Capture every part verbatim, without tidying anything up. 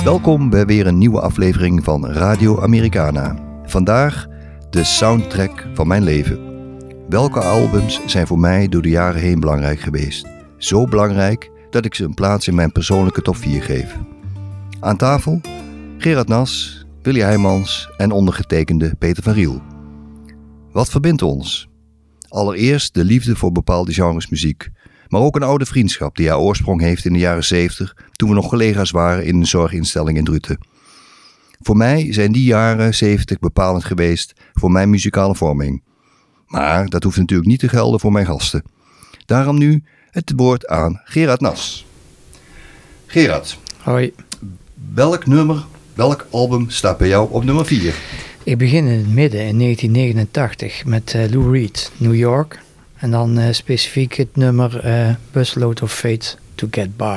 Welkom bij weer een nieuwe aflevering van Radio Americana. Vandaag de soundtrack van mijn leven. Welke albums zijn voor mij door de jaren heen belangrijk geweest? Zo belangrijk dat ik ze een plaats in mijn persoonlijke top vier geef. Aan tafel Gerard Nas, Willy Heijmans en ondergetekende Peter van Riel. Wat verbindt ons? Allereerst de liefde voor bepaalde genres muziek, maar ook een oude vriendschap die haar oorsprong heeft in de jaren zeventig, toen we nog collega's waren in een zorginstelling in Druten. Voor mij zijn die jaren zeventig bepalend geweest voor mijn muzikale vorming. Maar dat hoeft natuurlijk niet te gelden voor mijn gasten. Daarom nu het woord aan Gerard Nas. Gerard. Hoi. Welk nummer, welk album staat bij jou op nummer vier? Ik begin in het midden in negentien negenentachtig met uh, Lou Reed, New York. En dan uh, specifiek het nummer uh, Busload of Fate to Get By.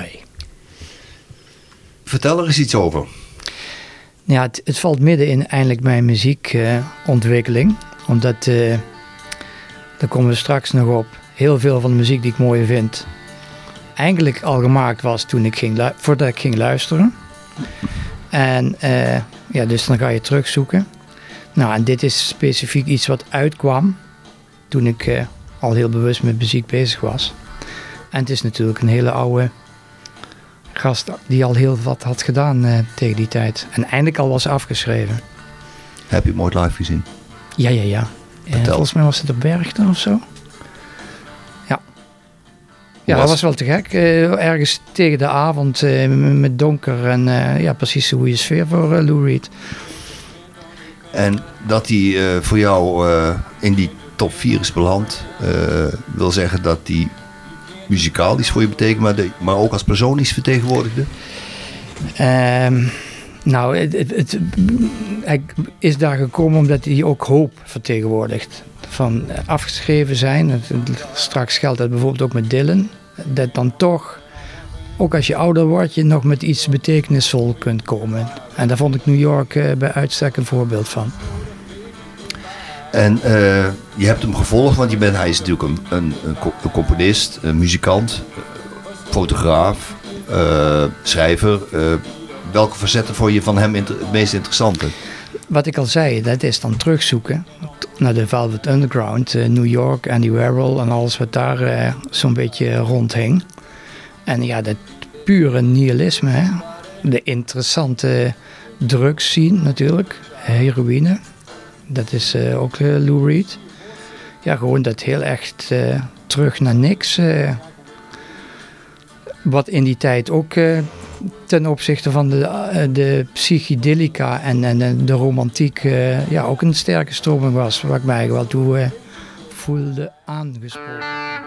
Vertel er eens iets over. Ja, het, het valt midden in eindelijk mijn muziekontwikkeling. Uh, omdat, uh, daar komen we straks nog op, heel veel van de muziek die ik mooi vind, eigenlijk al gemaakt was toen ik ging lu- voordat ik ging luisteren. En uh, ja, dus dan ga je terugzoeken. Nou, en dit is specifiek iets wat uitkwam toen ik uh, al heel bewust met muziek bezig was. En het is natuurlijk een hele oude gast die al heel wat had gedaan uh, tegen die tijd. En eindelijk al was afgeschreven. Heb je hem ooit live gezien? Ja, ja, ja. Uh, volgens mij was het op Bergten of zo. Ja. Ja, was? Dat was wel te gek. Uh, ergens tegen de avond uh, met donker en uh, ja, precies een goede sfeer voor uh, Lou Reed. En dat hij uh, voor jou uh, in die top vier is beland, uh, wil zeggen dat hij muzikaal iets voor je betekent, maar, de, maar ook als persoon iets vertegenwoordigde? Um, nou, het, het, het, hij is daar gekomen omdat hij ook hoop vertegenwoordigt. Van afgeschreven zijn, het, straks geldt dat bijvoorbeeld ook met Dylan, dat dan toch, ook als je ouder wordt, je nog met iets betekenisvol kunt komen. En daar vond ik New York uh, bij uitstek een voorbeeld van. En uh, je hebt hem gevolgd, want je bent, hij is natuurlijk een, een, een componist, een muzikant, fotograaf, uh, schrijver. Uh, welke facetten vond je van hem inter- het meest interessante? Wat ik al zei, dat is dan terugzoeken naar de Velvet Underground, uh, New York, Andy Warhol en alles wat daar uh, zo'n beetje rondhing. En ja, dat pure nihilisme, hè? De interessante drugs zien natuurlijk, heroïne. Dat is uh, ook uh, Lou Reed. Ja, gewoon dat heel echt uh, terug naar niks. Uh, wat in die tijd ook uh, ten opzichte van de, uh, de psychedelica en, en de romantiek uh, ja, ook een sterke stroming was. Waar ik mij wel toe uh, voelde aangesproken.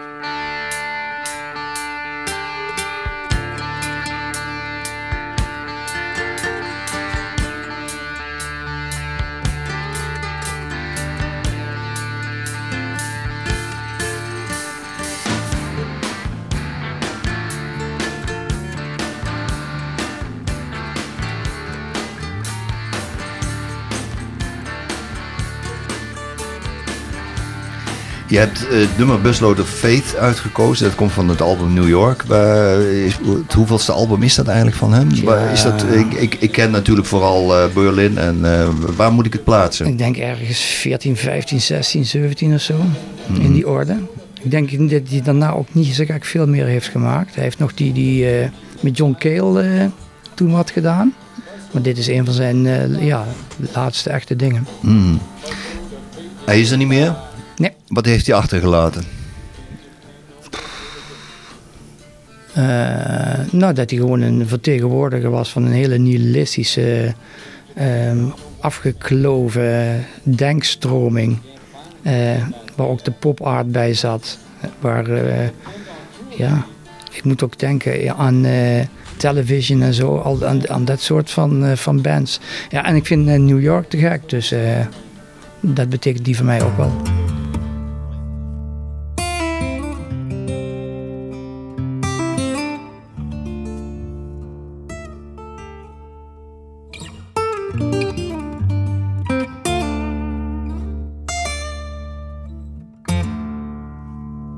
Je hebt uh, het nummer Busload of Fate uitgekozen. Dat komt van het album New York. Uh, is, het hoeveelste album is dat eigenlijk van hem? Ja. Waar is dat, ik, ik, ik ken natuurlijk vooral uh, Berlin. En uh, waar moet ik het plaatsen? Ik denk ergens veertien, vijftien, zestien, zeventien of zo. Mm-hmm. In die orde. Ik denk dat hij daarna ook niet zo gek veel meer heeft gemaakt. Hij heeft nog die, die uh, met John Cale uh, toen wat gedaan. Maar dit is een van zijn uh, ja, laatste echte dingen. Mm. Hij is er niet meer? Nee. Wat heeft hij achtergelaten? Uh, nou, dat hij gewoon een vertegenwoordiger was van een hele nihilistische, um, afgekloven denkstroming. Uh, waar ook de pop-art bij zat. Waar, uh, ja, ik moet ook denken aan uh, Television en zo, al, aan, aan dat soort van, uh, van bands. Ja, en ik vind uh, New York te gek, dus uh, dat betekent die voor mij ook wel.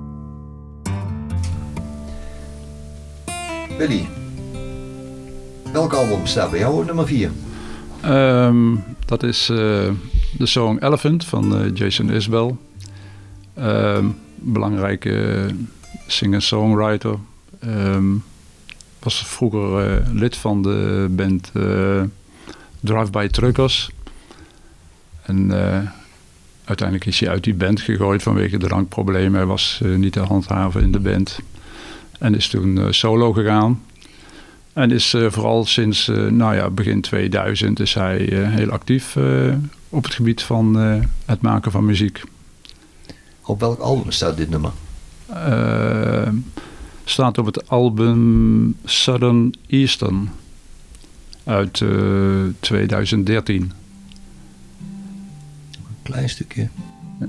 Willy, Welk album staat bij jou op nummer vier? Um, dat is uh, de song Elephant van uh, Jason Isbell. Um, belangrijke singer-songwriter. Um, was vroeger uh, lid van de band uh, Drive-By Truckers. En uh, uiteindelijk is hij uit die band gegooid vanwege drankproblemen. Hij was uh, niet te handhaven in de band. En is toen uh, solo gegaan. En is uh, vooral sinds uh, nou ja, begin tweeduizend is hij uh, heel actief uh, op het gebied van uh, het maken van muziek. Op welk album staat dit nummer? Uh, staat op het album Southern Eastern uit uh, tweeduizend dertien. Een klein stukje. Ja.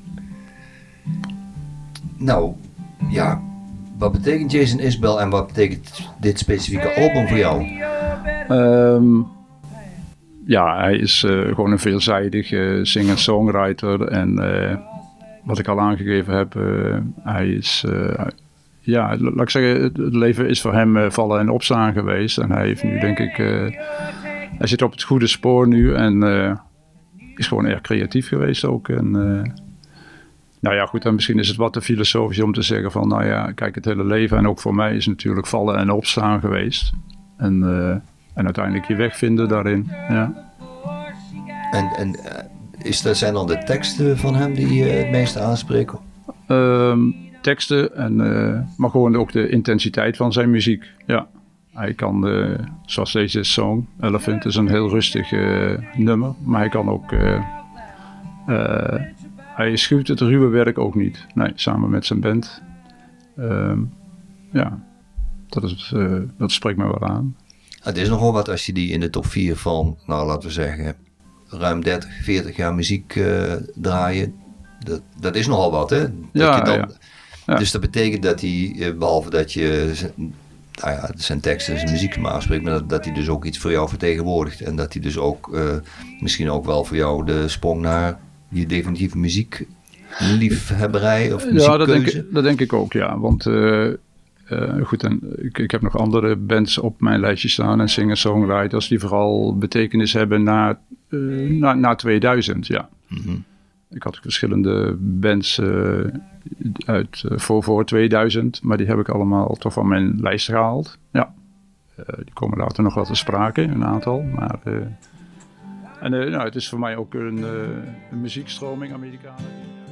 Nou, ja. Wat betekent Jason Isbell en wat betekent dit specifieke album voor jou? Um, ja, hij is uh, gewoon een veelzijdig uh, singer-songwriter. En uh, wat ik al aangegeven heb, uh, hij is... Uh, ja, laat ik zeggen, het leven is voor hem uh, vallen en opstaan geweest. En hij heeft nu, denk ik... Uh, hij zit op het goede spoor nu en uh, is gewoon erg creatief geweest ook. En... Uh, Nou ja, goed, en misschien is het wat te filosofisch om te zeggen van, nou ja, kijk, het hele leven en ook voor mij is natuurlijk vallen en opstaan geweest. En, uh, en uiteindelijk je weg vinden daarin, ja. En, en is dat, zijn dan de teksten van hem die je het meeste aanspreken? Um, teksten, en, uh, maar gewoon ook de intensiteit van zijn muziek, ja. Hij kan, uh, zoals deze song, Elephant, is een heel rustig uh, nummer, maar hij kan ook... Uh, uh, Hij schuwt het ruwe werk ook niet. Nee, samen met zijn band. Um, ja, dat, is, uh, dat spreekt me wel aan. Het is nogal wat als je die in de top vier van, nou laten we zeggen, ruim dertig, veertig jaar muziek uh, draaien. Dat, dat is nogal wat, hè? Dat ja, je dan, ja, ja. Dus dat betekent dat hij, behalve dat je nou ja, zijn teksten en zijn muziek maar aanspreekt, maar dat, dat hij dus ook iets voor jou vertegenwoordigt. En dat hij dus ook uh, misschien ook wel voor jou de sprong naar je definitieve muziekliefhebberij of muziekkeuze? Ja, dat denk, ik, dat denk ik ook, ja. Want uh, uh, goed, en ik, ik heb nog andere bands op mijn lijstje staan en singer-songwriters die vooral betekenis hebben na, uh, na, na tweeduizend, ja. Mm-hmm. Ik had verschillende bands uh, uit uh, voor, voor tweeduizend, maar die heb ik allemaal toch van mijn lijst gehaald. Ja, uh, die komen later nog wel te sprake, een aantal, maar... Uh, En uh, nou, het is voor mij ook een, uh, een muziekstroming, Amerikanen.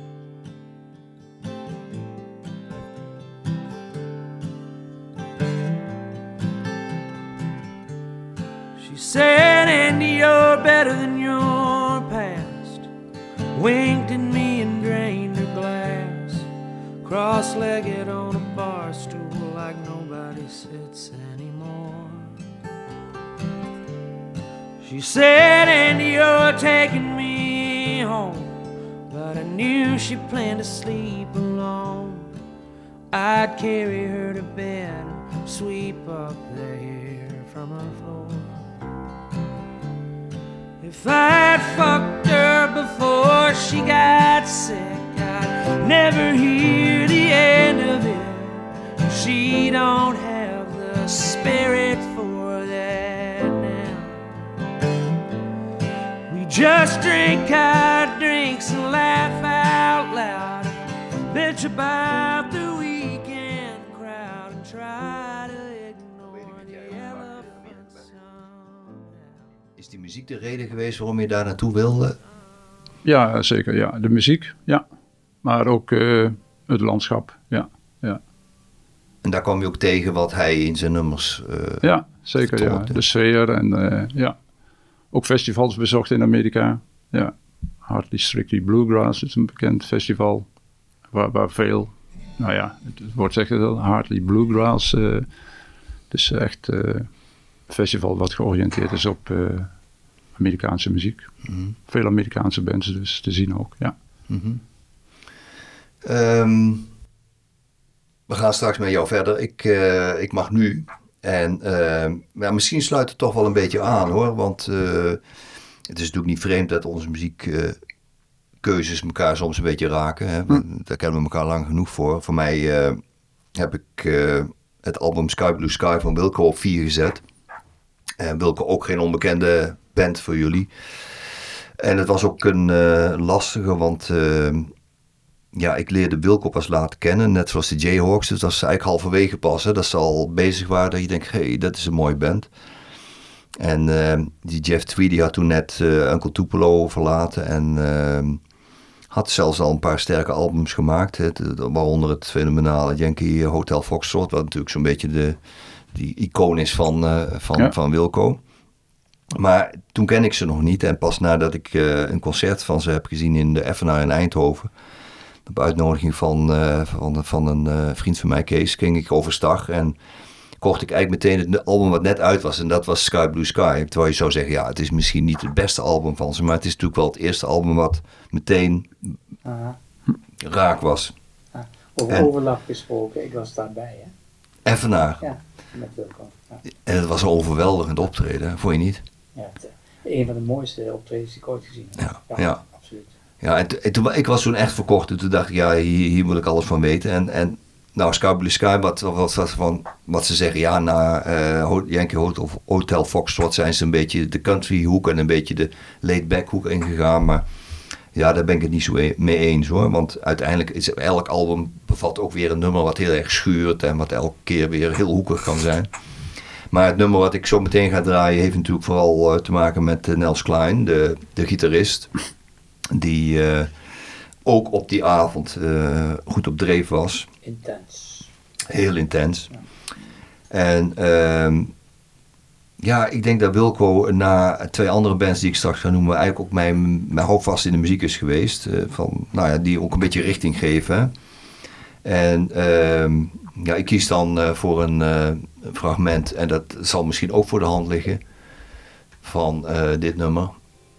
She said, Andy, you're better than your past. Winked at me and drained her glass. Cross-legged on a bar stool like nobody sits anymore. She said, Andy, you're taking me home. But I knew she planned to sleep alone. I'd carry her to bed and sweep up the hair from her floor. If I'd fucked her before she got sick, I'd never hear the end of it. She don't have the spirit for that now. We just drink our drinks and laugh out loud, bitch about the weekend crowd and try to ignore the elephant somehow. Is die muziek de reden geweest waarom je daar naartoe wilde? Ja, zeker. Ja. De muziek, ja. Maar ook uh, het landschap, ja. ja. En daar kwam je ook tegen wat hij in zijn nummers uh, Ja, zeker. Ja. De sfeer en uh, ja. Ook festivals bezocht in Amerika. Ja. Hartley Strictly Bluegrass is een bekend festival. Waar, waar veel, nou ja, het woord zegt het al, Hartley Bluegrass. Uh, het is echt uh, een festival wat georiënteerd is op uh, Amerikaanse muziek. Mm-hmm. Veel Amerikaanse bands dus te zien ook, ja. Mm-hmm. Um, we gaan straks met jou verder. Ik, uh, ik mag nu. En uh, ja, misschien sluit het toch wel een beetje aan hoor. Want uh, het is natuurlijk niet vreemd dat onze muziekkeuzes uh, elkaar soms een beetje raken. Hè? Hm. Daar kennen we elkaar lang genoeg voor. Voor mij uh, heb ik uh, het album Sky Blue Sky van Wilco op vier gezet. En Wilco ook geen onbekende band voor jullie. En het was ook een uh, lastige, want uh, ja, ik leerde Wilco pas laat kennen, net zoals de Jayhawks. Dus dat is eigenlijk halverwege pas, hè, dat ze al bezig waren, dat je denkt, hé, hey, dat is een mooie band. En uh, die Jeff Tweedy had toen net uh, Uncle Tupelo verlaten en uh, had zelfs al een paar sterke albums gemaakt. Hè, waaronder het fenomenale Yankee Hotel Foxtrot, wat natuurlijk zo'n beetje de, die icoon is van, uh, van, ja. van Wilco. Maar toen ken ik ze nog niet en pas nadat ik uh, een concert van ze heb gezien in de F N A in Eindhoven, op uitnodiging van, uh, van, van een uh, vriend van mij, Kees, ging ik overstag en kocht ik eigenlijk meteen het album wat net uit was en dat was Sky Blue Sky. Terwijl je zou zeggen, ja, het is misschien niet het beste album van ze, maar het is natuurlijk wel het eerste album wat meteen Aha. raak was. Ah, over en, overlap gesproken, ik was daarbij, hè? F N A. Ja, met Wilco. Ja. En het was een overweldigend optreden, vond je niet? Ja, het, een van de mooiste optredens die ik ooit gezien heb. Ja, ja. ja. absoluut. Ja, en, en toen, ik was toen echt verkocht en toen dacht ik, ja, hier, hier moet ik alles van weten. En, en nou, Sky Blue Sky, wat, wat, wat, van, wat ze zeggen, ja, na uh, Yankee Hotel, Hotel Foxtrot zijn ze een beetje de country hoek en een beetje de laid back hoek ingegaan. Maar ja, daar ben ik het niet zo mee eens hoor. Want uiteindelijk is elk album bevat ook weer een nummer wat heel erg schuurt en wat elke keer weer heel hoekig kan zijn. Maar het nummer wat ik zo meteen ga draaien heeft natuurlijk vooral uh, te maken met uh, Nels Cline, de, de gitarist. Die uh, ook op die avond uh, goed op dreef was. Intens. Heel intens. Ja. En uh, ja, ik denk dat Wilco na twee andere bands die ik straks ga noemen eigenlijk ook mijn, mijn houvast in de muziek is geweest. Uh, van, nou ja, die ook een beetje richting geven. En uh, ja, ik kies dan uh, voor een uh, fragment en dat zal misschien ook voor de hand liggen van uh, dit nummer.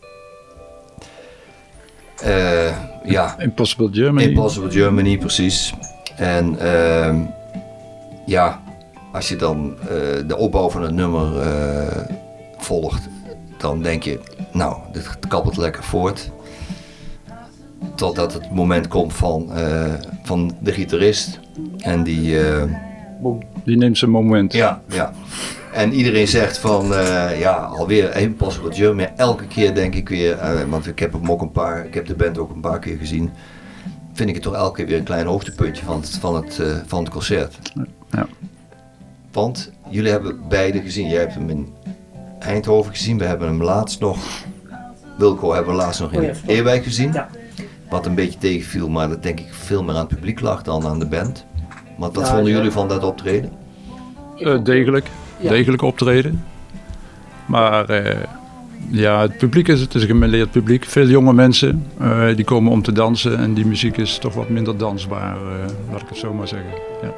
Uh, ja. Impossible Germany. Impossible Germany, precies. En uh, ja, als je dan uh, de opbouw van het nummer uh, volgt, dan denk je, nou, dit kabbelt lekker voort. Totdat het moment komt van, uh, van de gitarist. En die... Uh, die neemt zijn moment. Ja, ja. En iedereen zegt van, uh, ja, alweer Impossible Germany. Elke keer denk ik weer, uh, want ik heb hem ook een paar, ik heb de band ook een paar keer gezien. Vind ik het toch elke keer weer een klein hoogtepuntje van het, van het, uh, van het concert. Ja. Want jullie hebben beide gezien. Jij hebt hem in Eindhoven gezien. We hebben hem laatst nog, Wilco hebben we laatst nog in Ewijk gezien. Ja. Wat een beetje tegenviel, maar dat denk ik veel meer aan het publiek lag dan aan de band. Want wat ja, vonden ja. jullie van dat optreden? Uh, degelijk. Ja. Degelijk optreden. Maar uh, ja, het publiek is, het is een gemêleerd publiek. Veel jonge mensen uh, die komen om te dansen en die muziek is toch wat minder dansbaar, uh, laat ik het zo maar zeggen. Ja.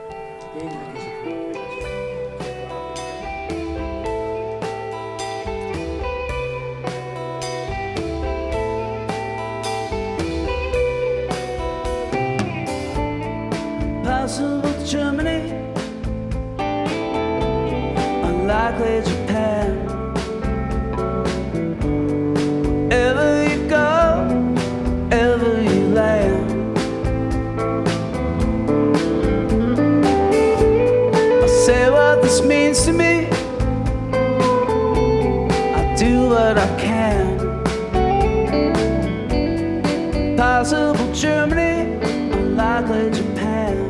Impossible Germany, unlikely Japan. Ever you go, ever you land. I say what this means to me, I do what I can. Impossible Germany, unlikely Japan.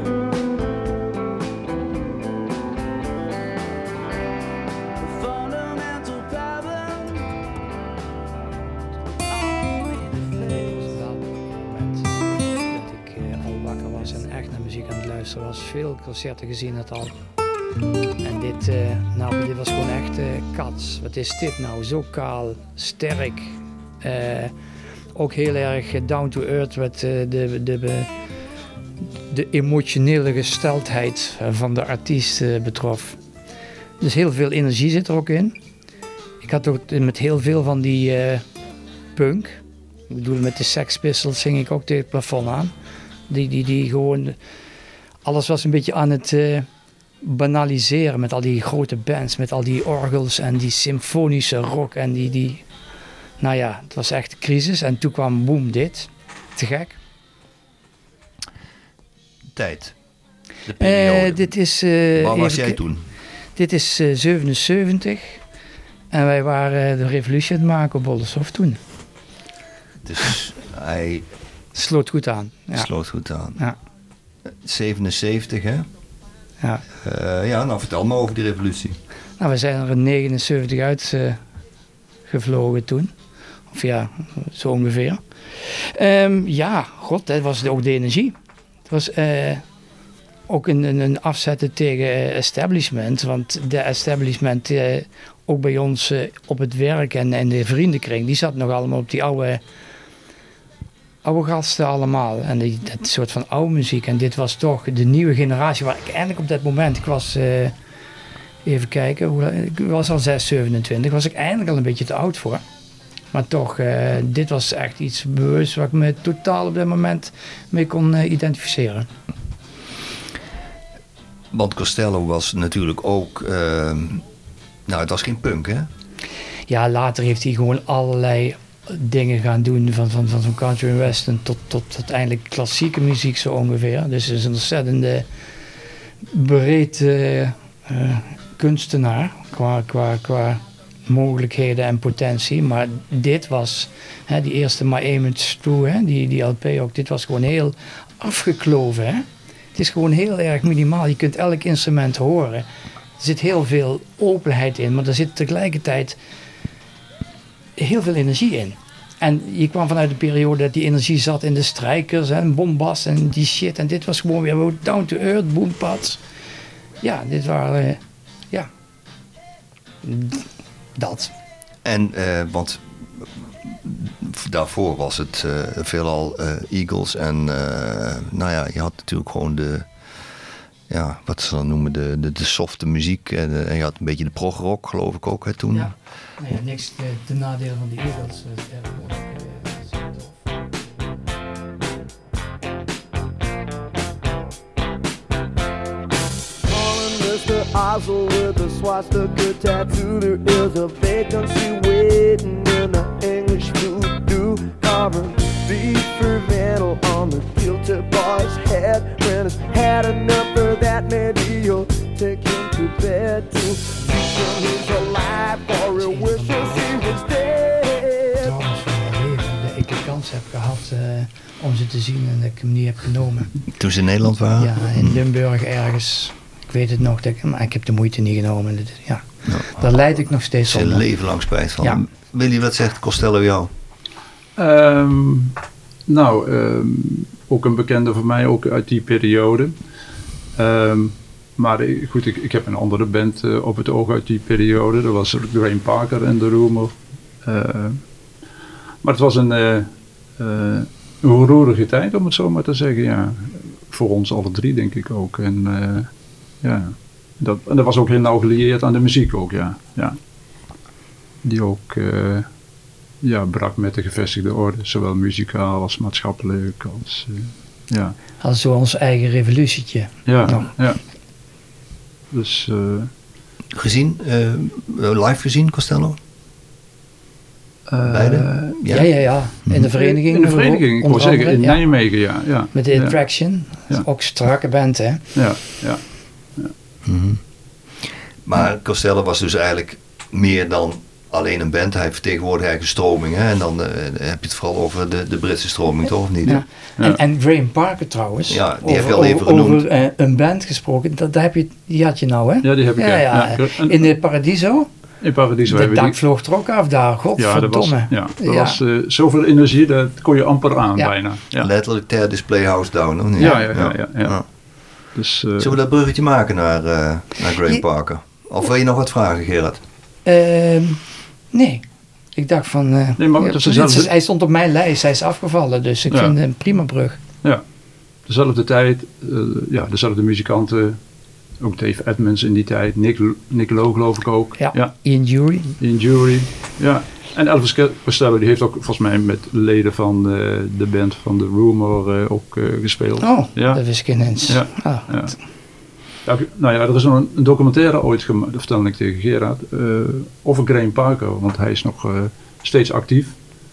Er was veel concerten gezien het al. En dit, uh, nou, dit was gewoon echt uh, kats. Wat is dit nou? Zo kaal, sterk. Uh, ook heel erg down to earth wat uh, de, de, de, de emotionele gesteldheid van de artiest uh, betrof. Dus heel veel energie zit er ook in. Ik had ook met heel veel van die uh, punk. Ik bedoel, met de Sex Pistols zing ik ook tegen het plafond aan. Die, die, die gewoon... Alles was een beetje aan het uh, banaliseren met al die grote bands, met al die orgels en die symfonische rock en die, die... Nou ja, het was echt een crisis en toen kwam boom dit. Te gek. Tijd. De periode. Uh, dit is... Uh, Waar was jij toen? Dit is uh, zevenenzeventig En wij waren de revolutie aan het maken op Bollensoft toen. Dus hij Sloot goed aan. Ja. sloot goed aan. Ja. zevenenzeventig, hè? Ja. Uh, ja, nou vertel maar over die revolutie. Nou, we zijn er in negenenzeventig uit uh, gevlogen toen. Of ja, zo ongeveer. Um, ja, god, dat was ook de energie. Het was uh, ook een, een, een afzetten tegen uh, establishment. Want de establishment, uh, ook bij ons uh, op het werk en, en de vriendenkring, die zat nog allemaal op die oude, oude gasten allemaal. En die, dat soort van oude muziek. En dit was toch de nieuwe generatie waar ik eindelijk op dat moment, ik was... Uh, Even kijken, hoe, ik was al zes, zevenentwintig, was ik eindelijk al een beetje te oud voor. Maar toch, uh, dit was echt iets bewust waar ik me totaal op dat moment mee kon uh, identificeren. Want Costello was natuurlijk ook, uh, nou het was geen punk hè? Ja, later heeft hij gewoon allerlei dingen gaan doen, van, van, van, van country en western tot, tot uiteindelijk klassieke muziek zo ongeveer. Dus het is een ontzettende breed... Uh, uh, kunstenaar qua, qua, qua mogelijkheden en potentie, maar dit was hè, die eerste My Aim It's True, hè, die, die L P ook, dit was gewoon heel afgekloven. Hè. Het is gewoon heel erg minimaal, je kunt elk instrument horen. Er zit heel veel openheid in, maar er zit tegelijkertijd heel veel energie in. En je kwam vanuit de periode dat die energie zat in de strijkers en bombast en die shit, en dit was gewoon weer down to earth, boempads. Ja, dit waren... Uh, Ja, dat. En, uh, want daarvoor was het uh, veelal uh, Eagles en, uh, nou ja, je had natuurlijk gewoon de, ja, wat ze dan noemen, de, de, de softe muziek en, uh, en je had een beetje de progrock, geloof ik ook, hè, toen. Ja, nee, niks te, te nadeel van de Eagles. Uh, uh, Oswald with a swastika tattoo. There is a vacancy waiting in an English voodoo. Carving beef for vandal on the guilty boy's head. When it's had enough of that, maybe you'll take him to bed to teach him he's alive or he wishes he was dead. Trouwens van mijn leven, dat ik de kans heb gehad uh, om ze te zien en dat ik hem niet heb genomen. Toen ze in Nederland waren? Ja, in Limburg ergens. Ik weet het nog, dat ik, maar ik heb de moeite niet genomen. Ja. Ja. Daar leid ik nog steeds onder. Zijn leven lang spijt van. Ja. Willy, wat zegt Costello jou? Um, nou, um, ook een bekende van mij, ook uit die periode. Um, maar goed, ik, ik heb een andere band uh, op het oog uit die periode. Dat was Graham Parker en The Rumor. Uh, maar het was een, uh, uh, een roerige tijd, om het zo maar te zeggen. Ja. Voor ons alle drie, denk ik ook. En... Uh, Ja, dat, en dat was ook heel nauw gelieerd aan de muziek ook, ja. ja. Die ook uh, ja, brak met de gevestigde orde, zowel muzikaal als maatschappelijk. Als, uh, ja. Als zo ons eigen revolutietje. Ja, nou. ja. Dus... Uh, gezien, uh, live gezien, Costello? Uh, Beide? Ja, ja, ja. ja. In de vereniging. In de vereniging, ik wil zeggen, in ja. Nijmegen, ja. ja. Met de ja. Attraction. Ja. Ook strakke band, hè? Ja, ja. ja. Mm-hmm. Maar Costello was dus eigenlijk meer dan alleen een band. Hij vertegenwoordigt eigenlijk een stroming. Hè? En dan uh, heb je het vooral over de, de Britse stroming, toch? Of niet? Ja. Ja. En, en Graham Parker trouwens. Ja, die over, heb je al even over, genoemd. over uh, een band gesproken. Dat, dat heb je, die had je nou, hè? Ja, die heb ik. Ja, ja. ja. ja. In de Paradiso. In Paradiso De hebben we dak die... vloog er ook af daar. Godverdomme. Ja, dat was, ja, dat Ja. was uh, zoveel energie, dat kon je amper aan Ja. bijna. Ja. Letterlijk ter Display House Down, of niet? Ja, ja, ja, ja, ja. Dus, uh, Zullen we dat bruggetje maken naar, uh, naar Graham Je- Parker? Of wil je nog wat vragen, Gerard? Uh, nee. Ik dacht van... Uh, Nee, maar het is dezelfde- hij stond op mijn lijst. Hij is afgevallen. Dus ik Ja. vind het een prima brug. ja, dezelfde tijd, uh, ja, dezelfde muzikanten, ook Dave Edmonds in die tijd, Nick, Nick Lowe geloof ik ook. Ja. ja. Ian Jury. In Jury, ja. En Elvis Costello, die heeft ook volgens mij met leden van uh, de band van The Rumor uh, ook uh, gespeeld. Oh, Ja. dat wist ik ineens. Ja. Ah, Ja. Ja, nou ja, er is nog een, een documentaire ooit gemaakt, dat vertelde ik tegen Gerard, uh, over Graham Parker, want hij is nog uh, steeds actief.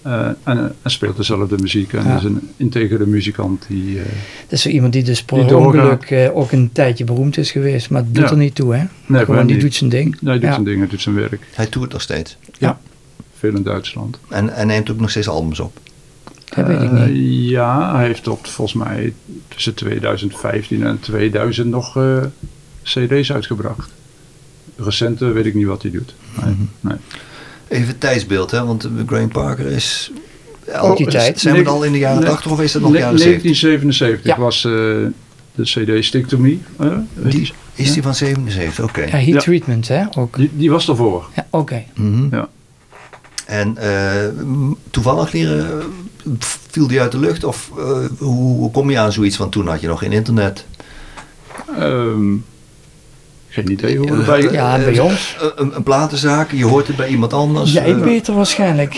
Uh, en, en speelt dezelfde muziek. En Ja. is een integere muzikant die... Uh, Dat is zo iemand die dus per die ongeluk uh, ook een tijdje beroemd is geweest. Maar het doet Ja. er niet toe, hè? Nee, Gewoon, die niet. doet zijn ding. Ja, hij doet Ja. zijn ding, hij doet zijn werk. Hij toert nog steeds. Ja, veel in Duitsland. En, en neemt ook nog steeds albums op. Dat weet ik Uh, niet. ja, hij heeft tot volgens mij tussen tweeduizend vijftien en tweeduizend nog uh, cd's uitgebracht. Recente weet ik niet wat hij doet. Nee, Mm-hmm. nee. Even het tijdsbeeld, hè? Want Graham Parker is... Ook die tijd. Zijn we het al in de jaren Nee, tachtig of is dat nog ne- jaren zeventig? negentien zevenenzeventig Ja. was uh, de cd Stick to Me. Uh, Die, is die van zevenenzeventig? Oké. Ja, Heat Ja. Treatment, hè? Ook. die, die was ervoor. Ja, oké. Okay. Mm-hmm. Ja. En uh, toevallig leren, uh, viel die uit de lucht? Of uh, hoe, hoe kom je aan zoiets? Want toen had je nog geen internet. Um, geen idee hoe het bij... Ja, bij ons. Uh, een, een platenzaak, je hoort het bij iemand anders. Jij uh, beter waarschijnlijk.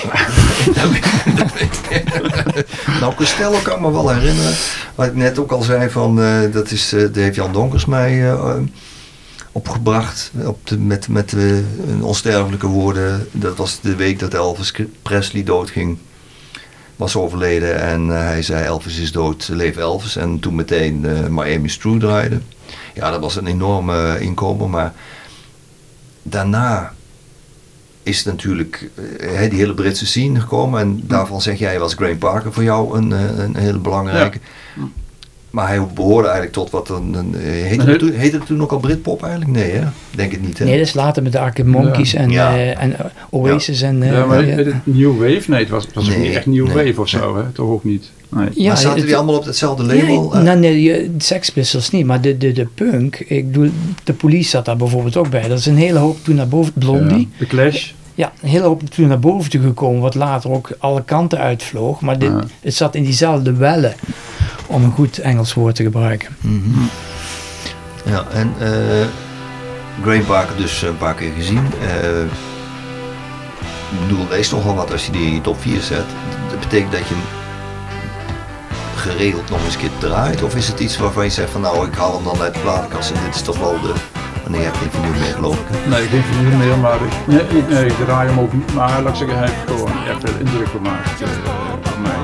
Nou, Costello kan ik me wel herinneren. Wat ik net ook al zei, van, uh, dat, is, uh, dat heeft Jan Donkers mij uh, opgebracht. Op de, met met uh, onsterfelijke woorden. Dat was de week dat Elvis Presley doodging. Was overleden en uh, hij zei Elvis is dood, leef Elvis. En toen meteen uh, Miami's True draaide. Ja, dat was een enorme inkomen, maar daarna is het natuurlijk uh, die hele Britse scene gekomen. En daarvan zeg jij, was Graham Parker voor jou een, een hele belangrijke. Ja. Maar hij behoorde eigenlijk tot wat een... een heette, het toen, heette het toen ook al Britpop eigenlijk? Nee, hè? Denk het niet, hè? Nee, dat is later met de Arctic Monkeys ja. en, ja. uh, en uh, Oasis ja. en... Uh, ja, maar uh, het, het New Wave? Nee, het was, was nee, niet echt New nee. Wave of zo, hè? Toch ook niet? Nee. Ja, maar zaten het, die allemaal op hetzelfde label? Ja, nou, nee, de Sex Pistols niet, maar de, de, de punk, ik bedoel, de Police zat daar bijvoorbeeld ook bij. Dat is een hele hoop toen naar boven, Blondie. Ja, de Clash. Ja, een hele hoop toen naar boven te gekomen, wat later ook alle kanten uitvloog. Maar dit, ja. het zat in diezelfde wellen, om een goed Engels woord te gebruiken. Mm-hmm. Ja, en uh, Graham Parker dus een paar keer gezien. Uh, ik bedoel, dat is toch wel wat als je die in je top vier zet. Dat betekent dat je hem geregeld nog eens een keer draait? Of is het iets waarvan je zegt van nou, ik haal hem dan uit de platenkast en dit is toch wel de... Nee, je hebt geen vinyl meer, geloof ik. Nee, ik heb geen vinyl meer, maar ik, nee, nee, ik draai hem ook niet. Maar laat ik zeggen, hij heeft gewoon echt veel indruk gemaakt uh, op mij.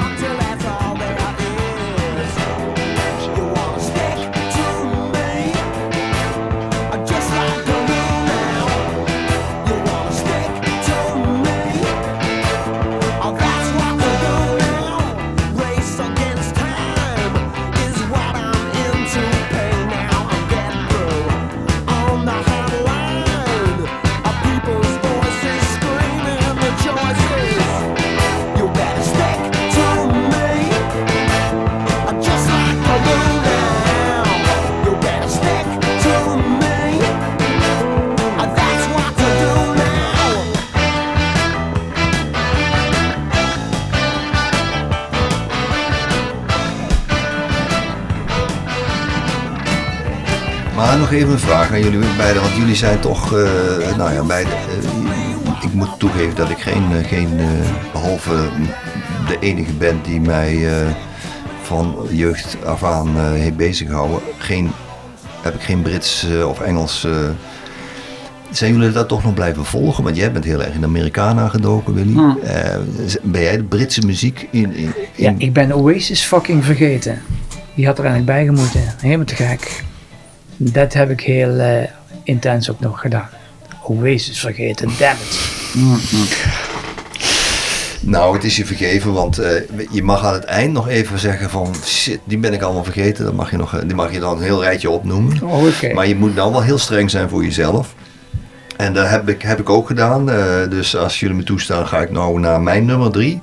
Maar nog even een vraag aan jullie beiden, want jullie zijn toch, uh, nou ja, beide, uh, ik moet toegeven dat ik geen, uh, geen uh, behalve de enige band die mij uh, van jeugd af aan uh, heeft bezig gehouden, geen, heb ik geen Brits uh, of Engels. Uh, zijn jullie dat toch nog blijven volgen? Want jij bent heel erg in de Americana gedoken, Willy. Hmm. Uh, ben jij de Britse muziek in, in, in... Ja, ik ben Oasis fucking vergeten. Die had er eigenlijk bij gemoeten. Helemaal te gek. Dat heb ik heel uh, intens ook nog gedaan. Oasis vergeten, damn it. Mm-hmm. Nou, het is je vergeven, want uh, je mag aan het eind nog even zeggen van shit, die ben ik allemaal vergeten. Dat mag je nog, die mag je dan een heel rijtje opnoemen. Oh, okay. Maar je moet dan wel heel streng zijn voor jezelf. En dat heb ik, heb ik ook gedaan. Uh, dus als jullie me toestaan, ga ik nou naar mijn nummer drie.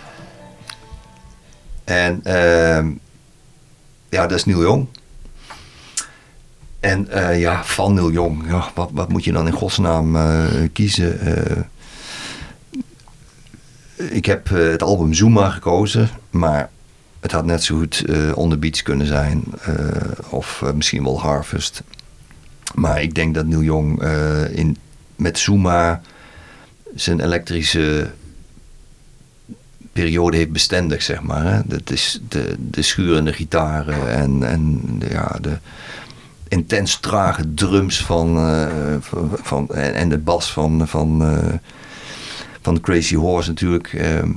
En uh, ja, dat is Neil Young. En uh, ja, van Neil Young, ja, wat, wat moet je dan in godsnaam uh, kiezen? Uh, ik heb uh, het album Zuma gekozen, maar het had net zo goed uh, On The Beach kunnen zijn. Uh, of uh, misschien wel Harvest. Maar ik denk dat Neil Young uh, in, met Zuma zijn elektrische periode heeft bestendig, zeg maar. Hè? Dat is de, de schurende gitaren en, en de, ja, de intens trage drums van, uh, van, van en, en de bas van, van, uh, van Crazy Horse natuurlijk. Uh,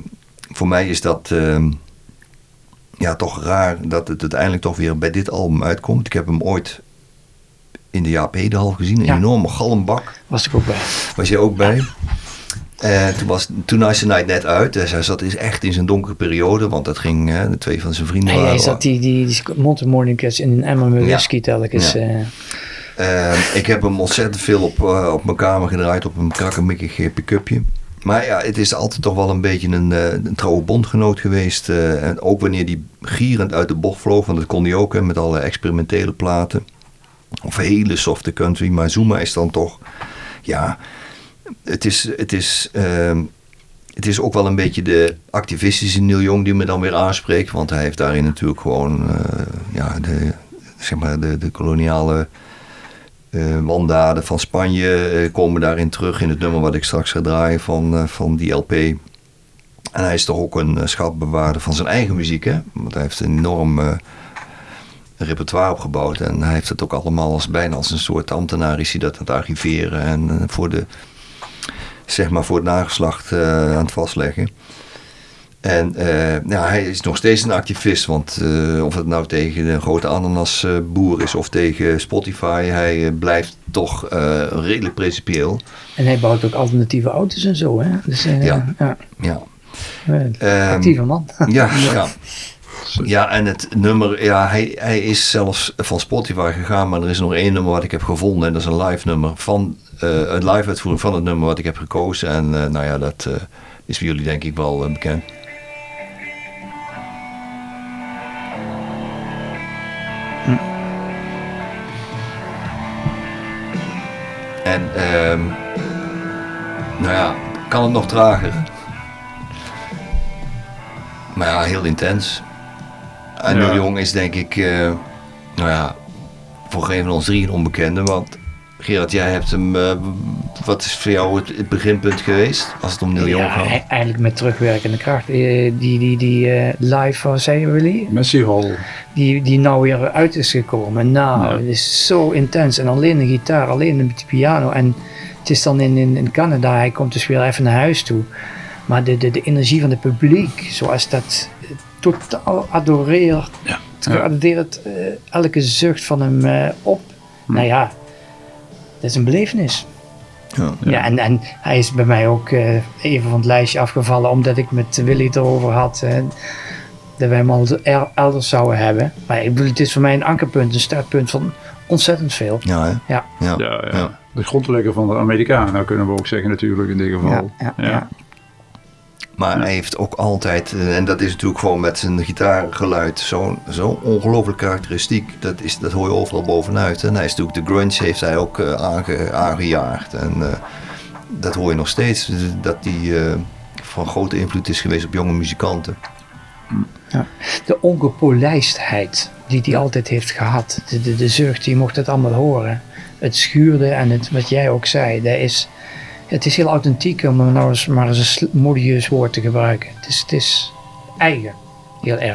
voor mij is dat uh, ja, toch raar dat het uiteindelijk toch weer bij dit album uitkomt. Ik heb hem ooit in de Jaap Edehal gezien, een ja. enorme galmbak. Was ik ook bij. Was jij ook bij? En toen was Tonight's the Night net uit. Dus hij zat echt in zijn donkere periode, want dat ging, hè, de twee van zijn vrienden nee, waren. Hij zat die, die, die Monte Morningcats in een emmer met whisky ja. telkens. Ja. Uh. Uh, ik heb hem ontzettend veel op, uh, op mijn kamer gedraaid, op een krakkemikkig pick-upje. Maar ja, het is altijd toch wel een beetje een, uh, een trouwe bondgenoot geweest. Uh, en ook wanneer die gierend uit de bocht vloog, want dat kon hij ook, hè, met alle experimentele platen. Of hele softe country, maar Zuma is dan toch, ja, het is, het is, uh, het is ook wel een beetje de activistische Neil Young die me dan weer aanspreekt, want hij heeft daarin natuurlijk gewoon, uh, ja, de, zeg maar, de, de koloniale uh, wandaden van Spanje uh, komen daarin terug in het nummer wat ik straks ga draaien van, uh, van die L P. En hij is toch ook een uh, schatbewaarder van zijn eigen muziek, hè, want hij heeft een enorm uh, repertoire opgebouwd en hij heeft het ook allemaal als bijna als een soort ambtenaar is hij dat aan het archiveren en uh, voor de, zeg maar voor het nageslacht uh, aan het vastleggen. En uh, ja, hij is nog steeds een activist, want uh, of het nou tegen een grote ananasboer is of tegen Spotify, hij uh, blijft toch uh, redelijk principieel. En hij bouwt ook alternatieve auto's en zo, hè? Dus, uh, ja, ja. ja. Uh, actieve man. ja, ja. Ja, en het nummer, ja, hij, hij is zelfs van Spotify gegaan, maar er is nog één nummer wat ik heb gevonden en dat is een live nummer van, uh, een live uitvoering van het nummer wat ik heb gekozen en uh, nou ja, dat uh, is voor jullie denk ik wel uh, bekend. Hm. En, um, nou ja, kan het nog trager? Maar ja, heel intens. En ja. Neil Young is denk ik, uh, nou ja, voor geen van ons drie een onbekende. Want Gerard, jij hebt hem, uh, wat is voor jou het, het beginpunt geweest als het om Neil Young gaat? Ja, eigenlijk met terugwerkende kracht. Die, die, die, die uh, live, wat zei je Willy? Messi Hall. Die, die nou weer uit is gekomen. Nou, ja. Het is zo intens. En alleen de gitaar, alleen de piano. En het is dan in, in, in Canada, hij komt dus weer even naar huis toe. Maar de, de, de energie van het publiek, zoals dat totaal adoreert, ja. Ja. adoreert uh, elke zucht van hem uh, op. Hm. Nou ja, dat is een belevenis. Ja, ja. ja en, en hij is bij mij ook uh, even van het lijstje afgevallen, omdat ik met Willy het erover had, uh, dat wij hem al elders zouden hebben. Maar ik bedoel, het is voor mij een ankerpunt, een startpunt van ontzettend veel. Ja, hè? Ja. Ja. Ja, ja. Ja. De grondlegger van de Amerikanen, nou kunnen we ook zeggen natuurlijk in dit geval. Ja, ja, ja. Ja. Maar ja. Hij heeft ook altijd, en dat is natuurlijk gewoon met zijn gitaargeluid zo, zo ongelooflijk karakteristiek. Dat, is, dat hoor je overal bovenuit. En hij is natuurlijk, de grunge heeft hij ook uh, aange, aangejaagd. En uh, dat hoor je nog steeds. Dat hij uh, van grote invloed is geweest op jonge muzikanten. Ja. De ongepolijstheid die hij altijd heeft gehad. De, de, de zucht, je mocht het allemaal horen. Het schuurde en het, wat jij ook zei, dat is... Het is heel authentiek om nou eens maar eens een modieus woord te gebruiken. Het is, het is eigen, heel erg.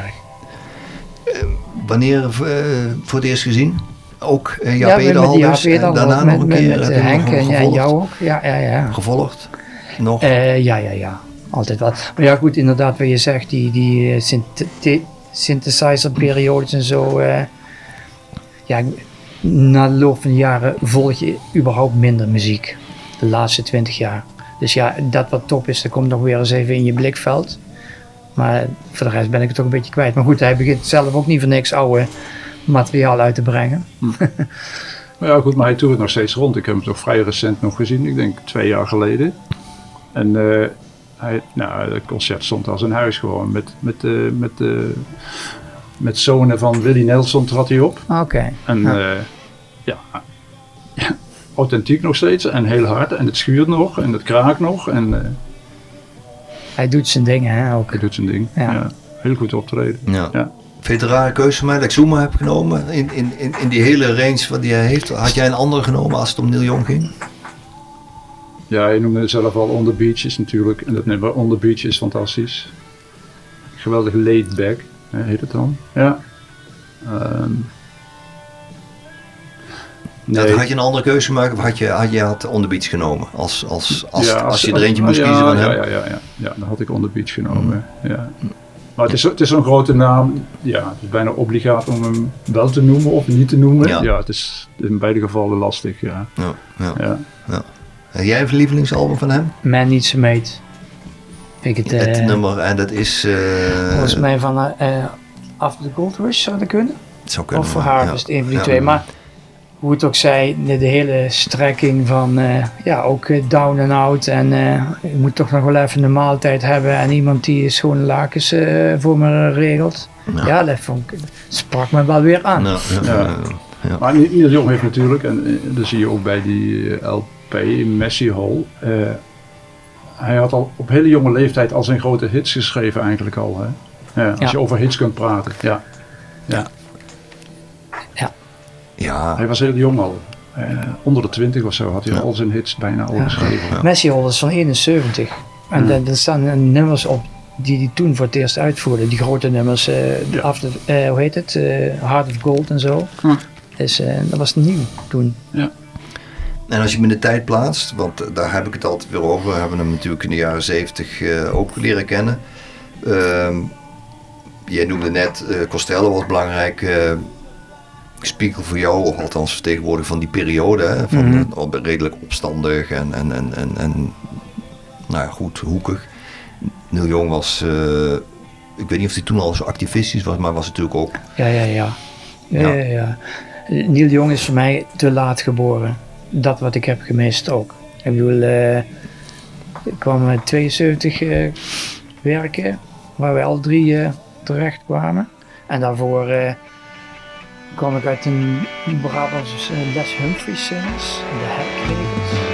Uh, wanneer uh, voor het eerst gezien? Ook uh, Jaap ja, Edehal dus, en daarna met, nog een met, keer? Met, met Henk en ja, jou ook. Ja, ja, ja. Gevolgd? Nog? Uh, ja, ja, ja. Altijd wel. Maar ja, goed, inderdaad wat je zegt, die, die uh, synth- synthesizer-periodes en zo. Uh, ja, na de loop van de jaren volg je überhaupt minder muziek. De laatste twintig jaar. Dus ja, dat wat top is, dat komt nog weer eens even in je blikveld. Maar voor de rest ben ik het toch een beetje kwijt. Maar goed, hij begint zelf ook niet voor niks oude materiaal uit te brengen. Hm. Maar ja, goed, maar hij toert nog steeds rond. Ik heb hem toch vrij recent nog gezien. Ik denk twee jaar geleden. En uh, hij, nou, het concert stond als een huis gewoon. Met, met, uh, met, uh, met zonen van Willie Nelson trad hij op. Oké. Okay. En ja. Uh, ja... ja. Authentiek nog steeds en heel hard en het schuurt nog en het kraakt nog. En, uh, hij doet zijn ding, hè? Ook. Hij doet zijn ding, ja. ja. Heel goed optreden. Ja. Ja. Vind je het een rare keuze van mij dat ik Zuma heb genomen? In, in, in, in die hele range wat hij heeft, had jij een andere genomen als het om Neil Young ging? Ja, je noemde het zelf al On The Beach is natuurlijk. En dat nummer On The Beach is fantastisch. Geweldig laid back, hè, heet het dan. Ja. Um, Nee. Dat, had je een andere keuze gemaakt of had je, had je had On The Beach genomen? Als, als, als, ja, als, als je er eentje moest ja, kiezen van ja, hem? Ja, ja, ja. ja, dan had ik On The Beach genomen. Mm. Ja. Maar het is, het is zo'n grote naam, ja, het is bijna obligaat om hem wel te noemen of niet te noemen. Ja, ja het is in beide gevallen lastig, ja. ja, ja, ja. ja. En jij hebt een lievelingsalbum van hem? Man Needs a Mate. Ik het, het uh, nummer, en dat is... Uh, volgens mij van uh, After the Gold Rush zou dat kunnen. Het zou kunnen. Of voor Harvest, ja. een van die ja. twee. Maar hoe het ook zij, de, de hele strekking van, uh, ja, ook uh, down and out. En uh, je moet toch nog wel even een maaltijd hebben. En iemand die schone lakens uh, voor me regelt. Ja, ja dat vond ik, sprak me wel weer aan. Ja, ja, ja. ja. Ja. Maar Neil Young heeft natuurlijk, en dat zie je ook bij die L P, Messi Hall. Uh, hij had al op hele jonge leeftijd al zijn grote hits geschreven eigenlijk al. Hè? Ja, als ja. je over hits kunt praten. Ja. Ja. Ja. Ja. Hij was heel jong al. Uh, onder de twintig of zo had hij ja. al zijn hits bijna al ja. geschreven. Ja. Messi Hall is van eenenzeventig. En ja. er staan nummers op die hij toen voor het eerst uitvoerde. Die grote nummers. Uh, ja. after, uh, hoe heet het? Uh, Heart of Gold en zo. Ja. Dus uh, dat was nieuw toen. Ja. En als je hem in de tijd plaatst, want daar heb ik het altijd weer over. We hebben hem natuurlijk in de jaren zeventig uh, ook leren kennen. Uh, jij noemde net, uh, Costello was belangrijk. Uh, spiegel voor jou, of althans vertegenwoordiger van die periode. Hè, van mm-hmm. uh, redelijk opstandig en, en, en, en, en nou ja, goed, hoekig. Neil Young was, uh, ik weet niet of hij toen al zo activistisch was, maar was natuurlijk ook... Ja, ja, ja. ja, ja. ja, ja. Neil Young is voor mij te laat geboren. Dat wat ik heb gemist ook. Ik bedoel, uh, ik kwam in tweeënzeventig uh, werken, waar wij al drie uh, terecht kwamen. En daarvoor uh, kwam ik uit een Brabants uh, Les Humphries Singers, de Herkregels.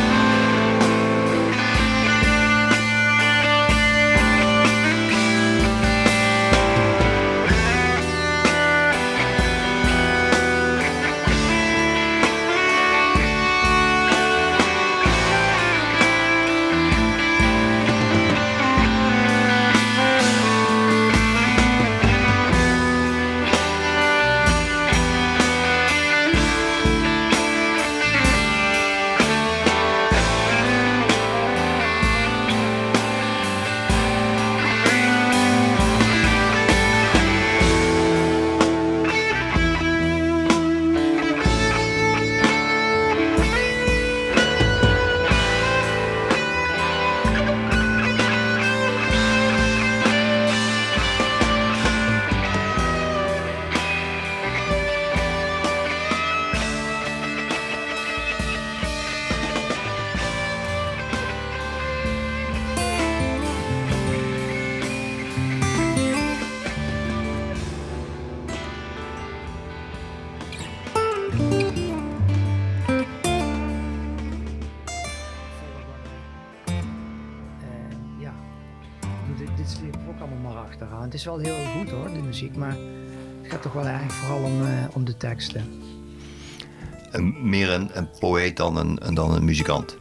Het is wel heel goed hoor, de muziek, maar het gaat toch wel eigenlijk vooral om, uh, om de teksten. En meer een, een poëet dan een, dan een muzikant?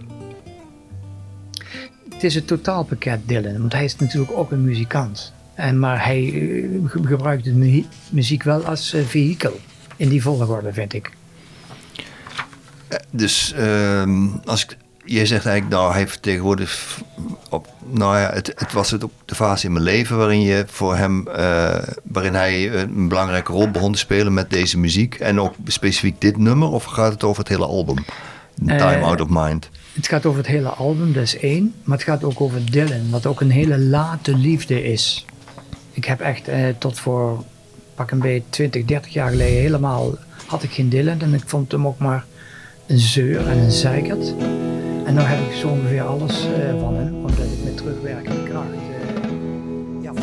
Het is het totaalpakket Dylan, want hij is natuurlijk ook een muzikant. En, maar hij uh, gebruikt de mu- muziek wel als uh, vehikel, in die volgorde vind ik. Uh, dus uh, als ik... Jij zegt eigenlijk, nou, hij vertegenwoordigt op, nou ja, het, het was het op de fase in mijn leven waarin je voor hem, uh, waarin hij een belangrijke rol begon te spelen met deze muziek en ook specifiek dit nummer, of gaat het over het hele album? Time uh, Out of Mind. Het gaat over het hele album, dat is één, maar het gaat ook over Dylan, wat ook een hele late liefde is. Ik heb echt uh, tot voor pak een beetje twintig, dertig jaar geleden helemaal, had ik geen Dylan en ik vond hem ook maar een zeur en een zeikert. En nu heb ik zo ongeveer alles uh, van hem, omdat ik met terugwerkende kracht... Uh, ja.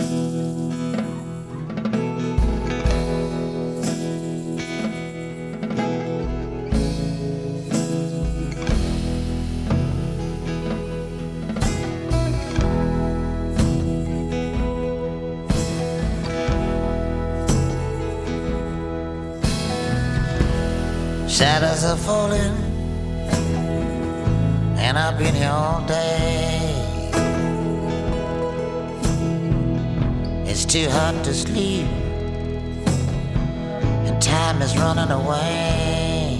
Shadows are falling and I've been here all day. It's too hot to sleep and time is running away.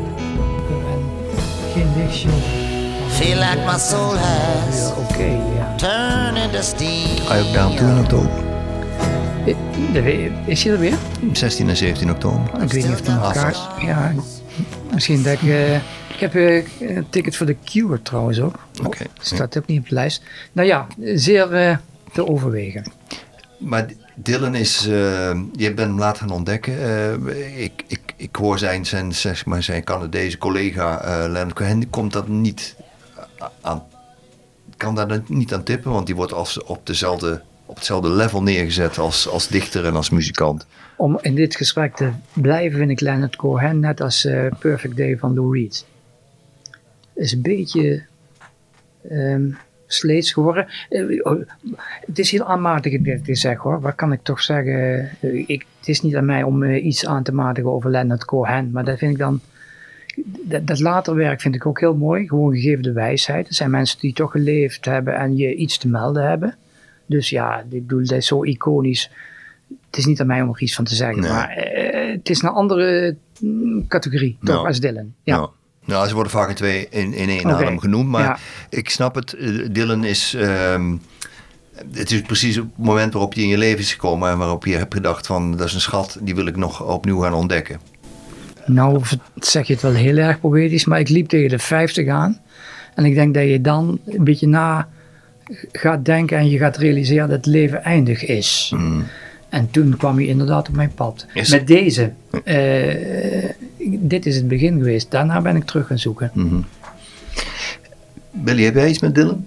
Geen lichtje. Feel like my soul has Oké, okay, ja. turning to steel. Ga je ook daar naartoe in oktober? Eh, de- Is hij er weer? zestien en zeventien oktober. Ik weet niet of het aan elkaar... Ja, misschien dat ik... eh, ik heb eh, een ticket voor de Cure trouwens ook. Oké. Staat ook niet op de lijst. Nou ja, zeer eh, te overwegen. Maar Dylan is, uh, je bent hem laten gaan ontdekken. Uh, ik, ik, ik hoor zijn, zijn, zeg maar zijn Canadese collega uh, Leonard Cohen, komt dat niet aan, kan daar dan niet aan tippen, want die wordt als op, dezelfde, op hetzelfde level neergezet als, als dichter en als muzikant. Om in dit gesprek te blijven vind ik Leonard Cohen net als uh, Perfect Day van Lou Reed. Is een beetje... Um, sleets geworden. Uh, het is heel aanmatigend dit te zeggen hoor. Wat kan ik toch zeggen? Uh, ik, het is niet aan mij om uh, iets aan te matigen over Leonard Cohen. Maar dat vind ik dan... Dat, dat later werk vind ik ook heel mooi. Gewoon gegeven de wijsheid. Er zijn mensen die toch geleefd hebben en je iets te melden hebben. Dus ja, ik bedoel, dat is zo iconisch. Het is niet aan mij om er iets van te zeggen. Nee. Maar uh, het is een andere uh, categorie, toch, no. als Dylan. Ja. No. Nou, ze worden vaak in twee in, in één okay. adem genoemd, maar ja. ik snap het. Dylan is, um, het is precies het moment waarop je in je leven is gekomen en waarop je hebt gedacht van, dat is een schat, die wil ik nog opnieuw gaan ontdekken. Nou, zeg je het wel heel erg poëtisch, maar ik liep tegen de vijftig aan en ik denk dat je dan een beetje na gaat denken en je gaat realiseren dat het leven eindig is. Mm. En toen kwam je inderdaad op mijn pad. Is Met deze. Uh, dit is het begin geweest. Daarna ben ik terug gaan zoeken. Mm-hmm. Billy, heb jij iets met Dylan?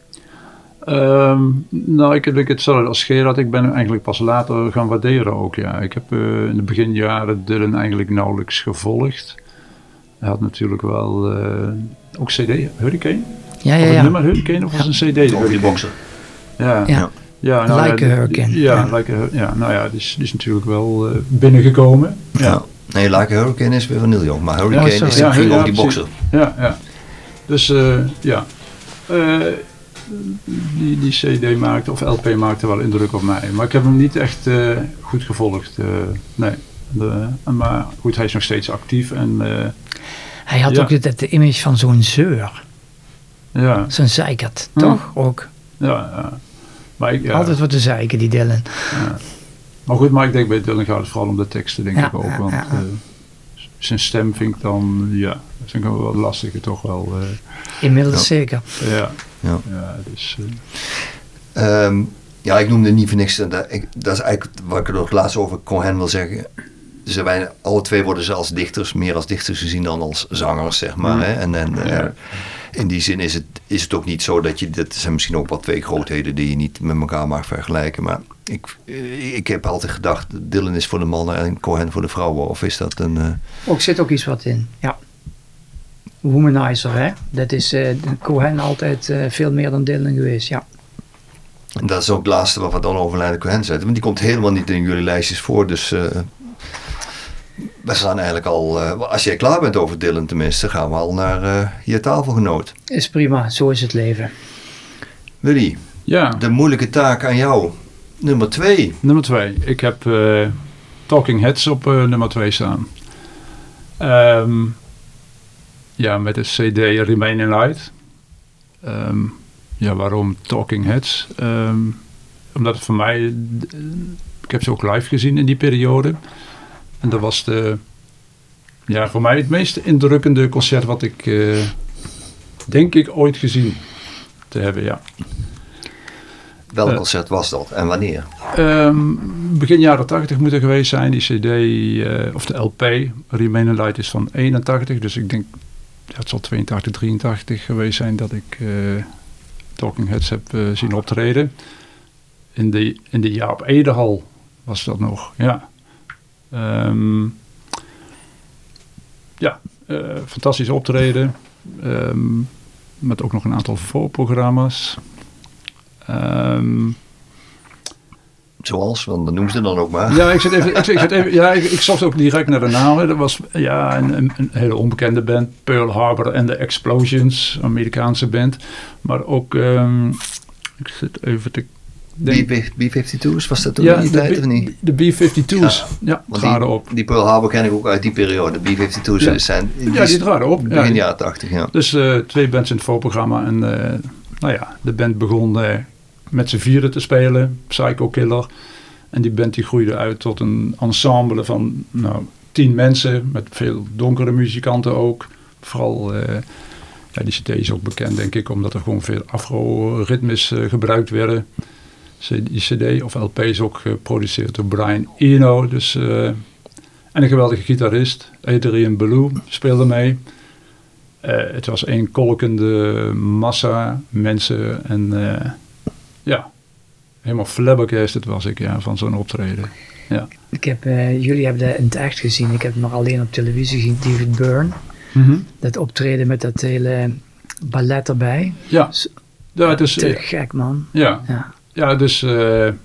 Um, nou, ik heb hetzelfde als Gerard. Ik ben hem eigenlijk pas later gaan waarderen ook. Ja. Ik heb uh, in de beginjaren Dylan eigenlijk nauwelijks gevolgd. Hij had natuurlijk wel uh, ook C D, Hurricane. Ja, ja, of een ja. nummer Hurricane of was een C D? Over die boxer. Ja. Ja. Ja, nou, like ja, a Hurricane. Ja, ja. Like a, ja, nou ja, die is, die is natuurlijk wel uh, binnengekomen. Ja. Ja. Nee, Like a Hurricane is weer van Neil Young, maar Hurricane ja, is ja, ging ja, over die precies. bokser. Ja, ja. Dus uh, ja, uh, die, die C D maakte, of L P maakte wel indruk op mij. Maar ik heb hem niet echt uh, goed gevolgd. Uh, nee. De, maar goed, hij is nog steeds actief. En, uh, hij had ja. ook het, het image van zo'n zeur. Ja. Zo'n zeikert, Hm. toch? Ook. Ja, ja. Maar ik, ja. Altijd wat te zeiken, die Dylan. Ja. Maar goed, maar ik denk bij Dylan gaat het vooral om de teksten, denk ja, ik ook. ja, Want ja, ja. Uh, zijn stem vind ik dan, ja, dat vind ik wel lastiger toch wel. Uh, Inmiddels ja. zeker. Ja, ja. ja dus... Uh, um, ja, ik noemde niet voor niks. Dat, ik, dat is eigenlijk wat ik er nog laatst over Cohen wil zeggen. Ze wij, alle twee worden ze als dichters, meer als dichters gezien dan als zangers, zeg maar. Mm. Hè? En, en ja. uh, in die zin is het, is het ook niet zo dat je, dat zijn misschien ook wel twee grootheden die je niet met elkaar mag vergelijken. Maar ik, ik heb altijd gedacht, Dylan is voor de mannen en Cohen voor de vrouwen. Of is dat een... Uh... Ook zit ook iets wat in, ja. Womanizer, hè. Dat is uh, Cohen altijd uh, veel meer dan Dylan geweest, ja. En dat is ook het laatste wat we dan over Leonard Cohen zetten. Want die komt helemaal niet in jullie lijstjes voor, dus... Uh, we gaan eigenlijk al, uh, als jij klaar bent over Dylan tenminste, gaan we al naar uh, je tafelgenoot. Is prima, zo is het leven. Willy, ja. de moeilijke taak aan jou. Nummer twee. Nummer twee. Ik heb uh, Talking Heads op uh, nummer twee staan. Um, ja, met de C D Remain in Light. Um, ja, waarom Talking Heads? Um, omdat het voor mij... Ik heb ze ook live gezien in die periode. En dat was de, ja, voor mij het meest indrukkende concert wat ik, uh, denk ik, ooit gezien te hebben, ja. Welk uh, concert was dat en wanneer? Um, begin jaren tachtig moet er geweest zijn. Die C D, uh, of de L P, Remain in Light is van eenentachtig. Dus ik denk, ja, het zal tweeëntachtig, drieëntachtig geweest zijn dat ik uh, Talking Heads heb uh, zien optreden. In de, in de Jaap Edehal was dat nog, ja. Um, ja, uh, fantastisch optreden. Um, met ook nog een aantal voorprogramma's. Um, Zoals, want dat noemen ze dan ook maar. Ja, ik zit even, ik, ik, zit even, ja, ik, ik zocht ook direct naar de namen. Dat was ja, een, een, een hele onbekende band. Pearl Harbor and the Explosions, Amerikaanse band. Maar ook, um, ik zit even te... B vijfentwintig's, was dat toen ja, in die tijd of niet? De B vijfentwintig's, ja, ja die, op. Die Pearl Harbor ken ik ook uit die periode. B vijfentwintig's ja. zijn... Die, ja, die traden op. Begin ja, jaren tachtig, ja. Dus uh, twee bands in het voorprogramma en uh, nou ja, de band begon uh, met z'n vieren te spelen, Psycho Killer. En die band die groeide uit tot een ensemble van nou, tien mensen, met veel donkere muzikanten ook. Vooral, uh, ja, die cd is ook bekend denk ik, omdat er gewoon veel afro-ritmes uh, gebruikt werden. Die cd of L P is ook geproduceerd door Brian Eno, dus... Uh, En een geweldige gitarist, Adrian Belew, speelde mee. Uh, het was een kolkende massa mensen. En uh, ja, helemaal flabbergasted was ik ja, van zo'n optreden. Ja. Ik heb, uh, jullie hebben dat in het echt gezien. Ik heb het nog alleen op televisie gezien, David Byrne. Mm-hmm. Dat optreden met dat hele ballet erbij. Ja. ja dus, Te gek, man. Ja, ja. ja dus uh, uh,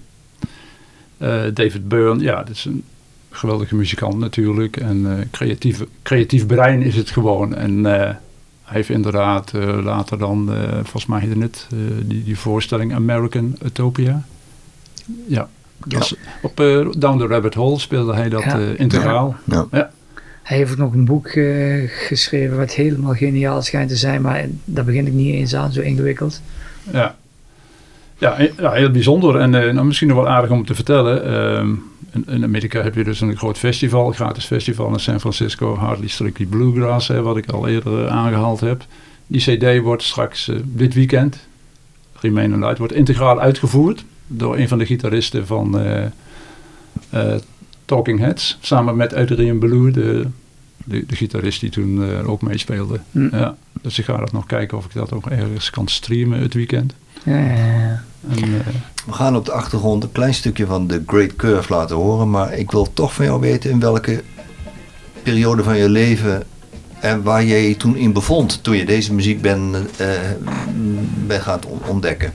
David Byrne, ja, dat is een geweldige muzikant natuurlijk. En uh, creatief, creatief brein is het gewoon. En uh, hij heeft inderdaad uh, later dan, uh, volgens mij heette het, uh, die, die voorstelling American Utopia. Ja. Dus ja. Op uh, Down the Rabbit Hole speelde hij dat ja. uh, integraal. Ja. Ja. Ja. Hij heeft ook nog een boek uh, geschreven wat helemaal geniaal schijnt te zijn. Maar daar begin ik niet eens aan, zo ingewikkeld. Ja. Ja, ja, heel bijzonder. En uh, nou, misschien nog wel aardig om te vertellen. Uh, in, in Amerika heb je dus een groot festival, een gratis festival in San Francisco, Hardly Strictly Bluegrass, hè, wat ik al eerder uh, aangehaald heb. Die cd wordt straks uh, dit weekend, Remain in Light, wordt integraal uitgevoerd door een van de gitaristen van uh, uh, Talking Heads, samen met Adrian Belew, de, de, de gitarist die toen uh, ook meespeelde. Mm. Ja, dus ik ga dat nog kijken of ik dat ook ergens kan streamen het weekend. Ja, ja, ja. En, uh, we gaan op de achtergrond een klein stukje van The Great Curve laten horen, maar ik wil toch van jou weten in welke periode van je leven en waar jij je toen in bevond, toen je deze muziek bent uh, ben gaat ontdekken.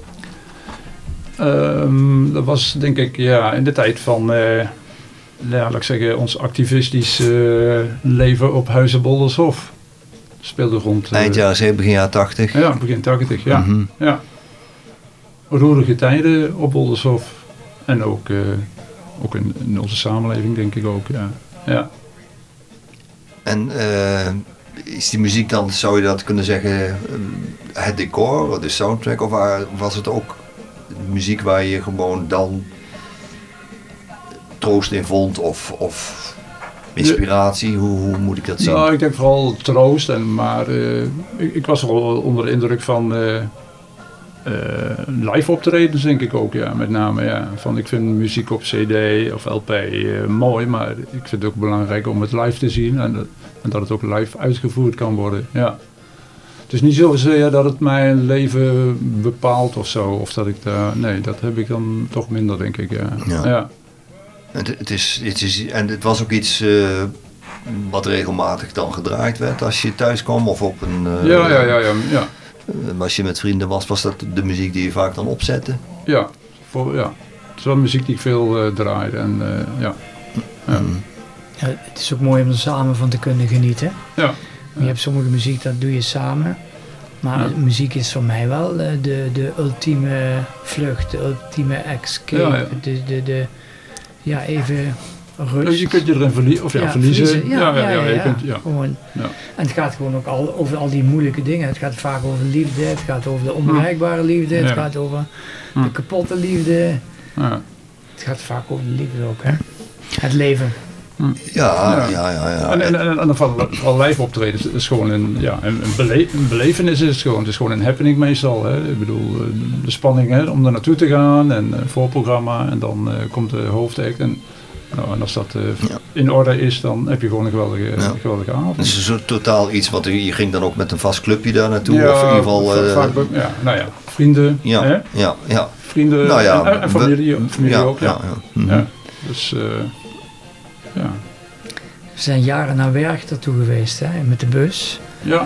Um, dat was denk ik ja, in de tijd van, uh, ja, laat ik zeggen, ons activistisch uh, leven op Huizen-Boldershof. Speelde rond... Uh, Eind jaren zeventig, begin jaren tachtig. Ja, begin tachtig, ja. Mm-hmm. ja. Roerige tijden op Boldershof. En ook, uh, ook in, in onze samenleving denk ik ook, ja. ja. En uh, is die muziek dan, zou je dat kunnen zeggen, het decor, de soundtrack, of was het ook muziek waar je gewoon dan troost in vond of, of inspiratie? Hoe, hoe moet ik dat zien? Nou, ik denk vooral troost, en, maar uh, ik, ik was wel onder de indruk van uh, uh, live optredens denk ik ook, ja, met name. Ja. Van, ik vind muziek op cd of L P uh, mooi, maar ik vind het ook belangrijk om het live te zien en dat, en dat het ook live uitgevoerd kan worden. Ja. Het is niet zozeer dat het mijn leven bepaalt of zo, of dat ik daar, nee, dat heb ik dan toch minder denk ik, ja. ja. ja. Het, het, is, het is, en het was ook iets uh, wat regelmatig dan gedraaid werd als je thuis kwam of op een... Uh, ja, ja, ja, ja, ja. Uh, als je met vrienden was, was dat de muziek die je vaak dan opzette? Ja, voor, ja. Het is wel muziek die ik veel uh, draaide en uh, ja. Ja. Mm. Ja. Het is ook mooi om er samen van te kunnen genieten. Ja. Je hebt sommige muziek, dat doe je samen. Maar ja. muziek is voor mij wel uh, de, de ultieme vlucht, de ultieme escape, ja, ja. De, de, de, ja, even rust. Dus je kunt je erin verlie- of ja, ja, verliezen. verliezen. Ja, ja, ja, ja, ja, je kunt, ja. Gewoon. Ja. En het gaat gewoon ook al over al die moeilijke dingen. Het gaat vaak over liefde, het gaat over de onbereikbare liefde, het ja. gaat over ja. de kapotte liefde. Ja. Het gaat vaak over de liefde ook, hè. Het leven. Ja, ja, ja, ja. ja. En, en, en, en van live optreden is gewoon een, ja, een, een, bele- een belevenis is het gewoon. Het is gewoon een happening meestal. Hè. Ik bedoel, de spanning hè, om er naartoe te gaan en een voorprogramma en dan uh, komt de hoofdact. En, nou, en als dat uh, ja. in orde is, dan heb je gewoon een geweldige, ja. geweldige avond. Het is zo totaal iets, wat je ging dan ook met een vast clubje daar naartoe? Ja, of in ieder geval... Uh, vaak, ja, nou ja, vrienden. Ja, hè? ja, ja. Vrienden nou ja, en, en familie, we, familie ja, ook. Ja. Ja, ja. Mm-hmm. Ja. Dus... Uh, ja. We zijn jaren naar Werk naartoe geweest, hè, met de bus. Ja.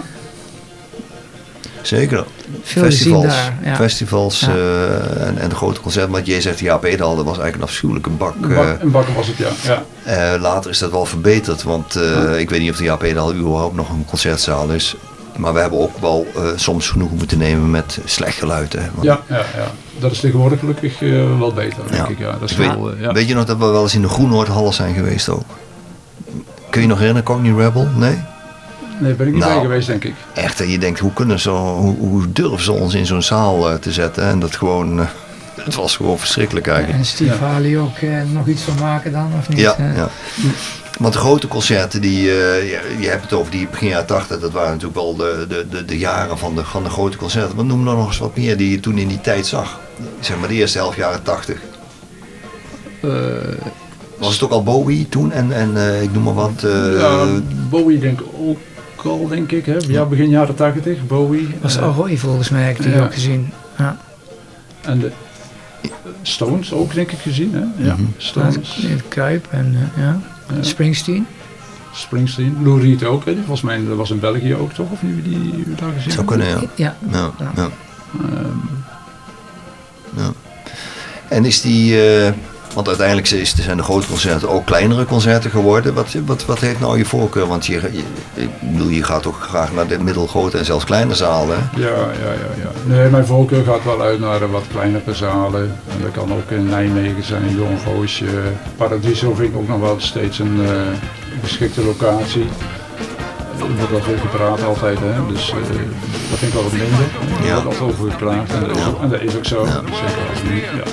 Zeker. Veel festivals, daar, ja. festivals ja. Uh, en, en de grote concerten. Want jij zegt, ja, Pedal, dat was eigenlijk een afschuwelijke bak. Een bak, een bak was het, ja. ja. Uh, later is dat wel verbeterd, want uh, ja. ik weet niet of de Ja Pedal überhaupt nog een concertzaal is. Maar we hebben ook wel uh, soms genoeg moeten nemen met slecht geluid. Hè, want... ja, ja, ja, dat is tegenwoordig gelukkig uh, wel beter, denk ja. ik. Ja, dat is weet, wel, uh, ja. weet je nog dat we wel eens in de Groenhoordhallen zijn geweest ook? Kun je nog herinneren, Cockney Rebel? Nee? Nee, ben ik niet Nou, bij geweest, denk ik. Echt, en je denkt, hoe kunnen ze, hoe, hoe durven ze ons in zo'n zaal uh, te zetten? En dat gewoon, uh, het was gewoon verschrikkelijk eigenlijk. En Steve Ja. Harley ook uh, nog iets van maken dan, of niet? Ja, Uh, ja. Want de grote concerten, die, uh, je, je hebt het over die begin jaren tachtig, dat waren natuurlijk wel de, de, de, de jaren van de, van de grote concerten. Maar noem er nog eens wat meer die je toen in die tijd zag. Zeg maar de eerste helft jaren tachtig. Uh, Was het ook al Bowie toen en, en uh, ik noem maar wat. Uh, ja, Bowie denk ik ook al, denk ik. Hè? Ja, begin jaren tachtig, Bowie. was uh, Ahoy volgens mij, heb ik die ja. ook gezien. Ja. En de Stones ook, denk ik, gezien. Hè? Ja, Mm-hmm. Stones. Ja, Kuip en uh, ja. Ja. Springsteen. Springsteen. Lou Reed ook. Hè? Volgens mij dat was in België ook, toch? Of niet die die daar gezien? zou kunnen, ja. Ja. Ja, Ja. ja. Um, Ja. En is die, uh, want uiteindelijk is, zijn de grote concerten ook kleinere concerten geworden. Wat, wat, wat heeft nou je voorkeur? Want je, je, ik bedoel, je gaat toch graag naar de middelgrote en zelfs kleine zalen. Hè? Ja, ja, ja, ja. Nee, mijn voorkeur gaat wel uit naar de wat kleinere zalen. En dat kan ook in Nijmegen zijn, Doornroosje. Paradiso vind ik ook nog wel steeds een uh, geschikte locatie. Er wordt wel veel gepraat altijd, hè? Dus uh, dat vind ik wel wat minder. Er Ja. wordt altijd over geklaagd en dat is ook, en dat is ook zo. Ja. Zeker als nu. Ja.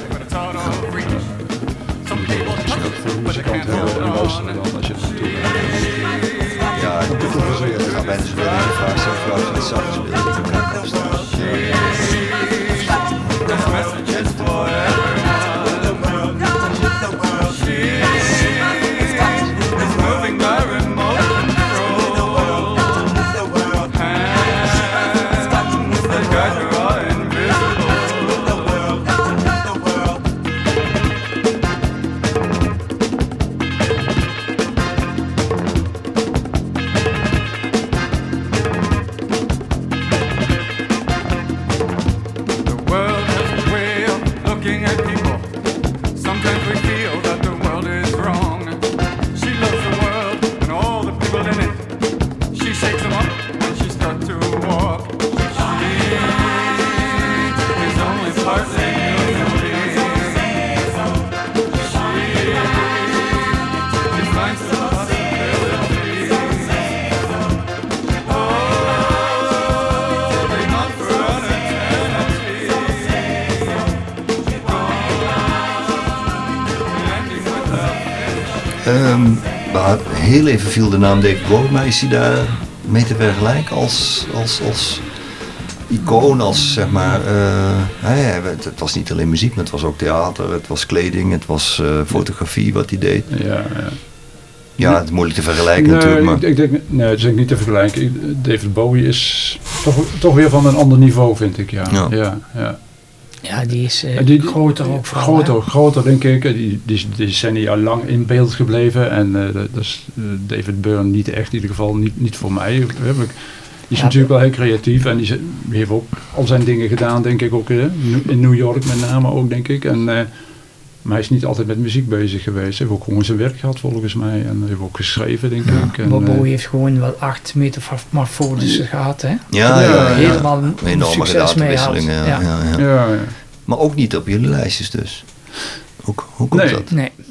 Dat veel muzikanten hebben en luisteren dan als je het naartoe gaat. Ja, ik ga bijna zo weer een vraag stellen voor als je het zelf speelt. Um, heel even viel de naam David Bowie, maar is hij daar mee te vergelijken als, als, als icoon, als zeg maar, uh, nee, het, het was niet alleen muziek, maar het was ook theater, het was kleding, het was uh, fotografie wat hij deed. Ja, ja. Ja, het is moeilijk te vergelijken nee, natuurlijk. Maar... Ik, ik denk, nee, het is niet te vergelijken. David Bowie is toch, toch weer van een ander niveau, vind ik. Ja, ja, ja. ja. Ja, die is uh, die, die, groter ook vooral, Groter, hè? groter denk ik. Die, die, die zijn hier al lang in beeld gebleven. En uh, dat is uh, David Byrne niet echt, in ieder geval niet, niet voor mij. Die is ja, natuurlijk wel heel creatief en die, die heeft ook al zijn dingen gedaan, denk ik ook. Hè? In New York met name ook, denk ik. En, uh, maar hij is niet altijd met muziek bezig geweest. Hij heeft ook gewoon zijn werk gehad, volgens mij. En hij heeft ook geschreven, denk ja. ik. En, Bobo uh, heeft gewoon wel acht metamorfoses ja. gehad, hè? Ja, ja, ja, ja. helemaal ja. Enorme succes mee had. Ja, Ja. Ja, ja. Ja, ja. Maar ook niet op jullie lijstjes dus. Hoe, hoe komt nee. dat? Nee.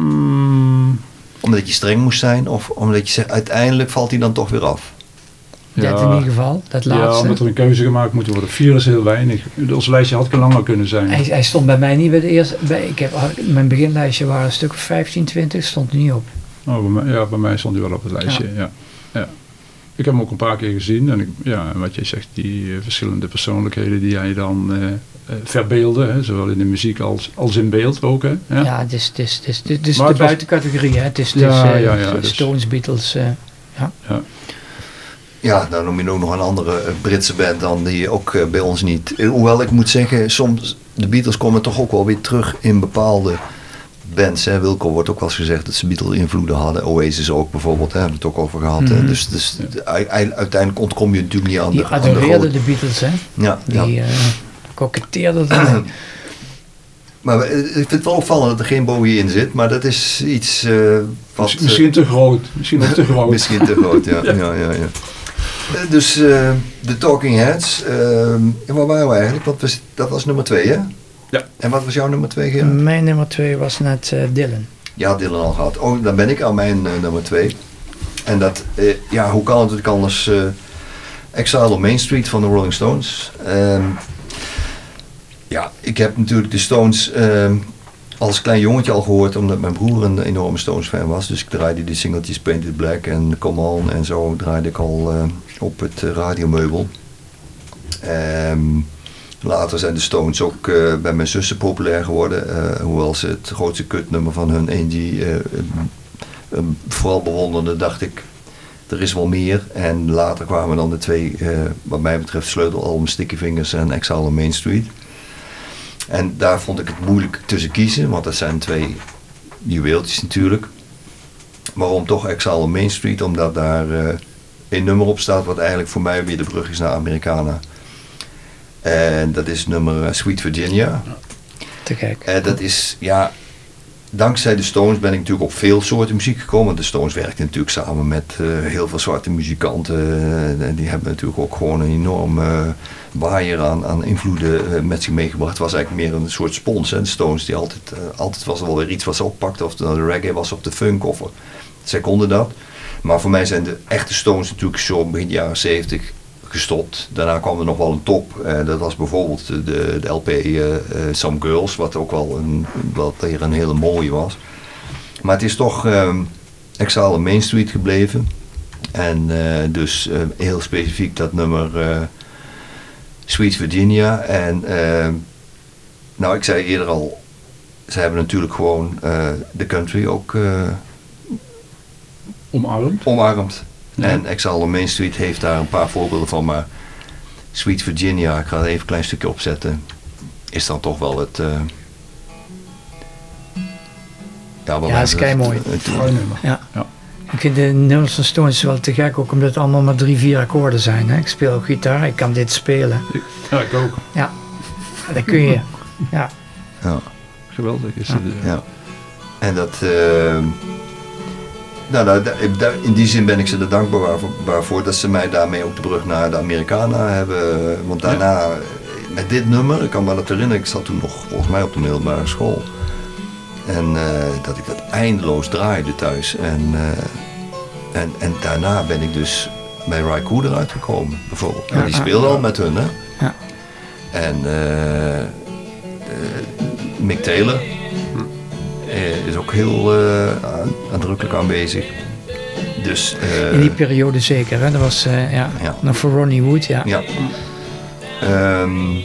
Mm. Omdat je streng moest zijn of omdat je zegt uiteindelijk valt hij dan toch weer af? Ja, dat in ieder geval, dat laatste. Ja, omdat er een keuze gemaakt moet worden. Vier is heel weinig. Ons lijstje had langer kunnen zijn. Hij, hij stond bij mij niet bij de eerste. Bij, ik heb, mijn beginlijstje waren een stuk of vijftien, twintig, stond er niet op. Oh, bij mij, ja, bij mij stond hij wel op het lijstje. Ja. Ja. Ja. Ik heb hem ook een paar keer gezien. En ik, ja, wat jij zegt, die uh, verschillende persoonlijkheden die jij dan uh, uh, verbeelde. Hè, zowel in de muziek als, als in beeld ook. Hè. Ja, ja het is, het is, het is, het is de was, buitencategorie. Hè. Het is, het ja, is uh, ja, ja, dus. Stones, Beatles. Uh, ja. Ja. Ja, dan noem je ook nog een andere Britse band dan die ook uh, bij ons niet. Hoewel ik moet zeggen, soms de Beatles komen toch ook wel weer terug in bepaalde bands. Hè. Wilco wordt ook wel eens gezegd dat ze Beatles invloeden hadden. Oasis ook bijvoorbeeld, hè, hebben we het ook over gehad. Mm-hmm. Dus, dus ja. uiteindelijk ontkom je natuurlijk niet aan die de Die adoreerden de, de Beatles, hè? Ja. Die ja. Uh, koketteerden ermee. Maar ik vind het wel opvallend dat er geen Bowie in zit, maar dat is iets uh, wat... Misschien te groot. Misschien nog te groot. Misschien te groot, ja. ja. ja, ja, ja. Uh, dus uh, de Talking Heads, uh, waar waren we eigenlijk? Wat was, dat was nummer twee, hè? Ja. En wat was jouw nummer twee, Gerard? Mijn nummer twee was net uh, Dylan. Ja, Dylan al gehad. Oh, dan ben ik aan mijn uh, nummer twee. En dat, uh, ja, hoe kan het ook anders? Uh, Exile on Main Street van de Rolling Stones. Um, ja, ik heb natuurlijk de Stones um, als klein jongetje al gehoord, omdat mijn broer een enorme Stones fan was. Dus ik draaide die singeltjes Painted Black en Come On en zo draaide ik al uh, op het uh, radiomeubel. Um, later zijn de Stones ook uh, bij mijn zussen populair geworden, uh, hoewel ze het grootste kutnummer van hun Angie uh, uh, uh, vooral bewonderde, dacht ik, er is wel meer. En later kwamen dan de twee, uh, wat mij betreft, sleutelalbums Sticky Fingers en Exile on Main Street. En daar vond ik het moeilijk tussen kiezen, want dat zijn twee juweeltjes natuurlijk. Waarom toch Exile on Main Street? Omdat daar uh, een nummer op staat wat eigenlijk voor mij weer de brug is naar Americana. En dat is nummer uh, Sweet Virginia. Te gek. En dat is, ja, dankzij de Stones ben ik natuurlijk op veel soorten muziek gekomen. Want de Stones werkten natuurlijk samen met uh, heel veel zwarte muzikanten. Uh, die hebben natuurlijk ook gewoon een enorme uh, waaier aan, aan invloeden uh, met zich meegebracht. Het was eigenlijk meer een soort spons. Hè? De Stones, die altijd, uh, altijd was er wel weer iets wat ze oppakten. Of het nou de reggae was of de funk. Of, uh, zij konden dat. Maar voor mij zijn de echte Stones natuurlijk zo begin jaren zeventig gestopt. Daarna kwam er nog wel een top. Uh, dat was bijvoorbeeld de, de L P uh, uh, Some Girls, wat ook wel een, wat hier een hele mooie was. Maar het is toch um, Exile on Main Street gebleven. En uh, dus uh, heel specifiek dat nummer uh, Sweet Virginia. En uh, nou, ik zei eerder al, ze hebben natuurlijk gewoon uh, de country ook uh, omarmd. omarmd. Ja. En Exile on Main Street heeft daar een paar voorbeelden van, maar Sweet Virginia, ik ga er even een klein stukje opzetten, is dan toch wel het... Uh, ja, dat is kei mooi. Het, Mooi nummer. Ja. Ja. Ik vind de nummers van Stones wel te gek, ook omdat het allemaal maar drie, vier akkoorden zijn. Hè? Ik speel ook gitaar, ik kan dit spelen. Ja, ik ook. Ja, dat kun je. Ja. Ja. Geweldig is Ja. het. Uh, Ja. En dat... Uh, nou, daar, daar, in die zin ben ik ze er dankbaar waarvoor, waarvoor dat ze mij daarmee ook de brug naar de Americana hebben. Want daarna, ja. met dit nummer, ik kan me dat herinneren, ik zat toen nog volgens mij op de middelbare school. En uh, dat ik dat eindeloos draaide thuis. En, uh, en, en daarna ben ik dus bij Ry Cooder uitgekomen, bijvoorbeeld. Ja, die speelde ja. al met hun, hè. Ja. En uh, uh, Mick Taylor uh, is ook heel uh, aandrukkelijk aanwezig. Dus, uh, in die periode zeker, hè. Dat was uh, ja, ja. nog voor Ronnie Wood, ja. Ja. Um,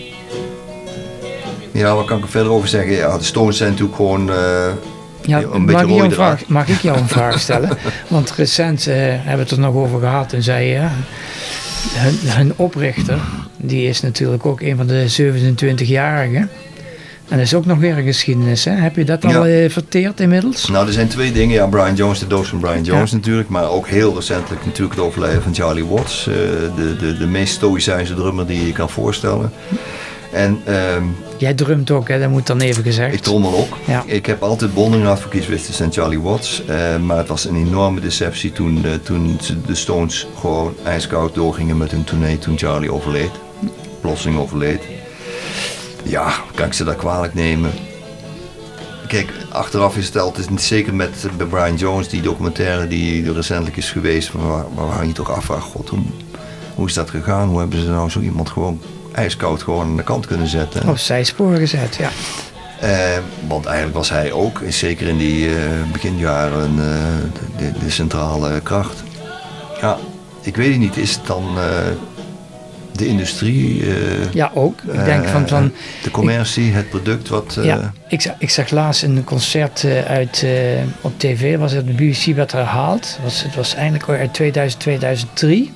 ja, wat kan ik er verder over zeggen? Ja, de Stones zijn natuurlijk gewoon uh, ja, een beetje mag, rooi vraag, mag ik jou een vraag stellen? Want recent uh, hebben we het er nog over gehad en zei je, uh, hun, hun oprichter, die is natuurlijk ook een van de zevenentwintigjarigen. En dat is ook nog weer een geschiedenis, hè? Heb je dat al ja. uh, verteerd inmiddels? Nou, er zijn twee dingen. Ja, Brian Jones, de dood van Brian Jones ja. natuurlijk. Maar ook heel recentelijk natuurlijk het overlijden van Charlie Watts. Uh, de, de, de meest stoïcijnse drummer die je kan voorstellen. En, um, jij drumt ook, hè? Dat moet dan even gezegd. Ik trommel ook. Ja. Ik heb altijd bewondering gehad voor Keith Richards en Charlie Watts. Uh, maar het was een enorme deceptie toen, uh, toen de Stones gewoon ijskoud doorgingen met hun tournee toen Charlie overleed. Plotseling overleed. Ja, kan ik ze dat kwalijk nemen? Kijk, achteraf is het altijd, zeker met bij Brian Jones, die documentaire die recentelijk is geweest, waar, waar je toch afvraagt, god, hoe, hoe is dat gegaan? Hoe hebben ze nou zo iemand gewoon ijskoud gewoon aan de kant kunnen zetten? Op zijspoor gezet, ja. Uh, want eigenlijk was hij ook, zeker in die uh, beginjaren, uh, de, de centrale kracht. Ja, ik weet het niet, is het dan... Uh, de industrie, uh, ja ook. Ik denk uh, van, van de commercie, ik, het product wat. Uh, ja, ik zag, ik zag laatst een concert uh, uit uh, op tv, was het de B B C werd herhaald. Het was, het was eigenlijk al uit tweeduizend, tweeduizend drie.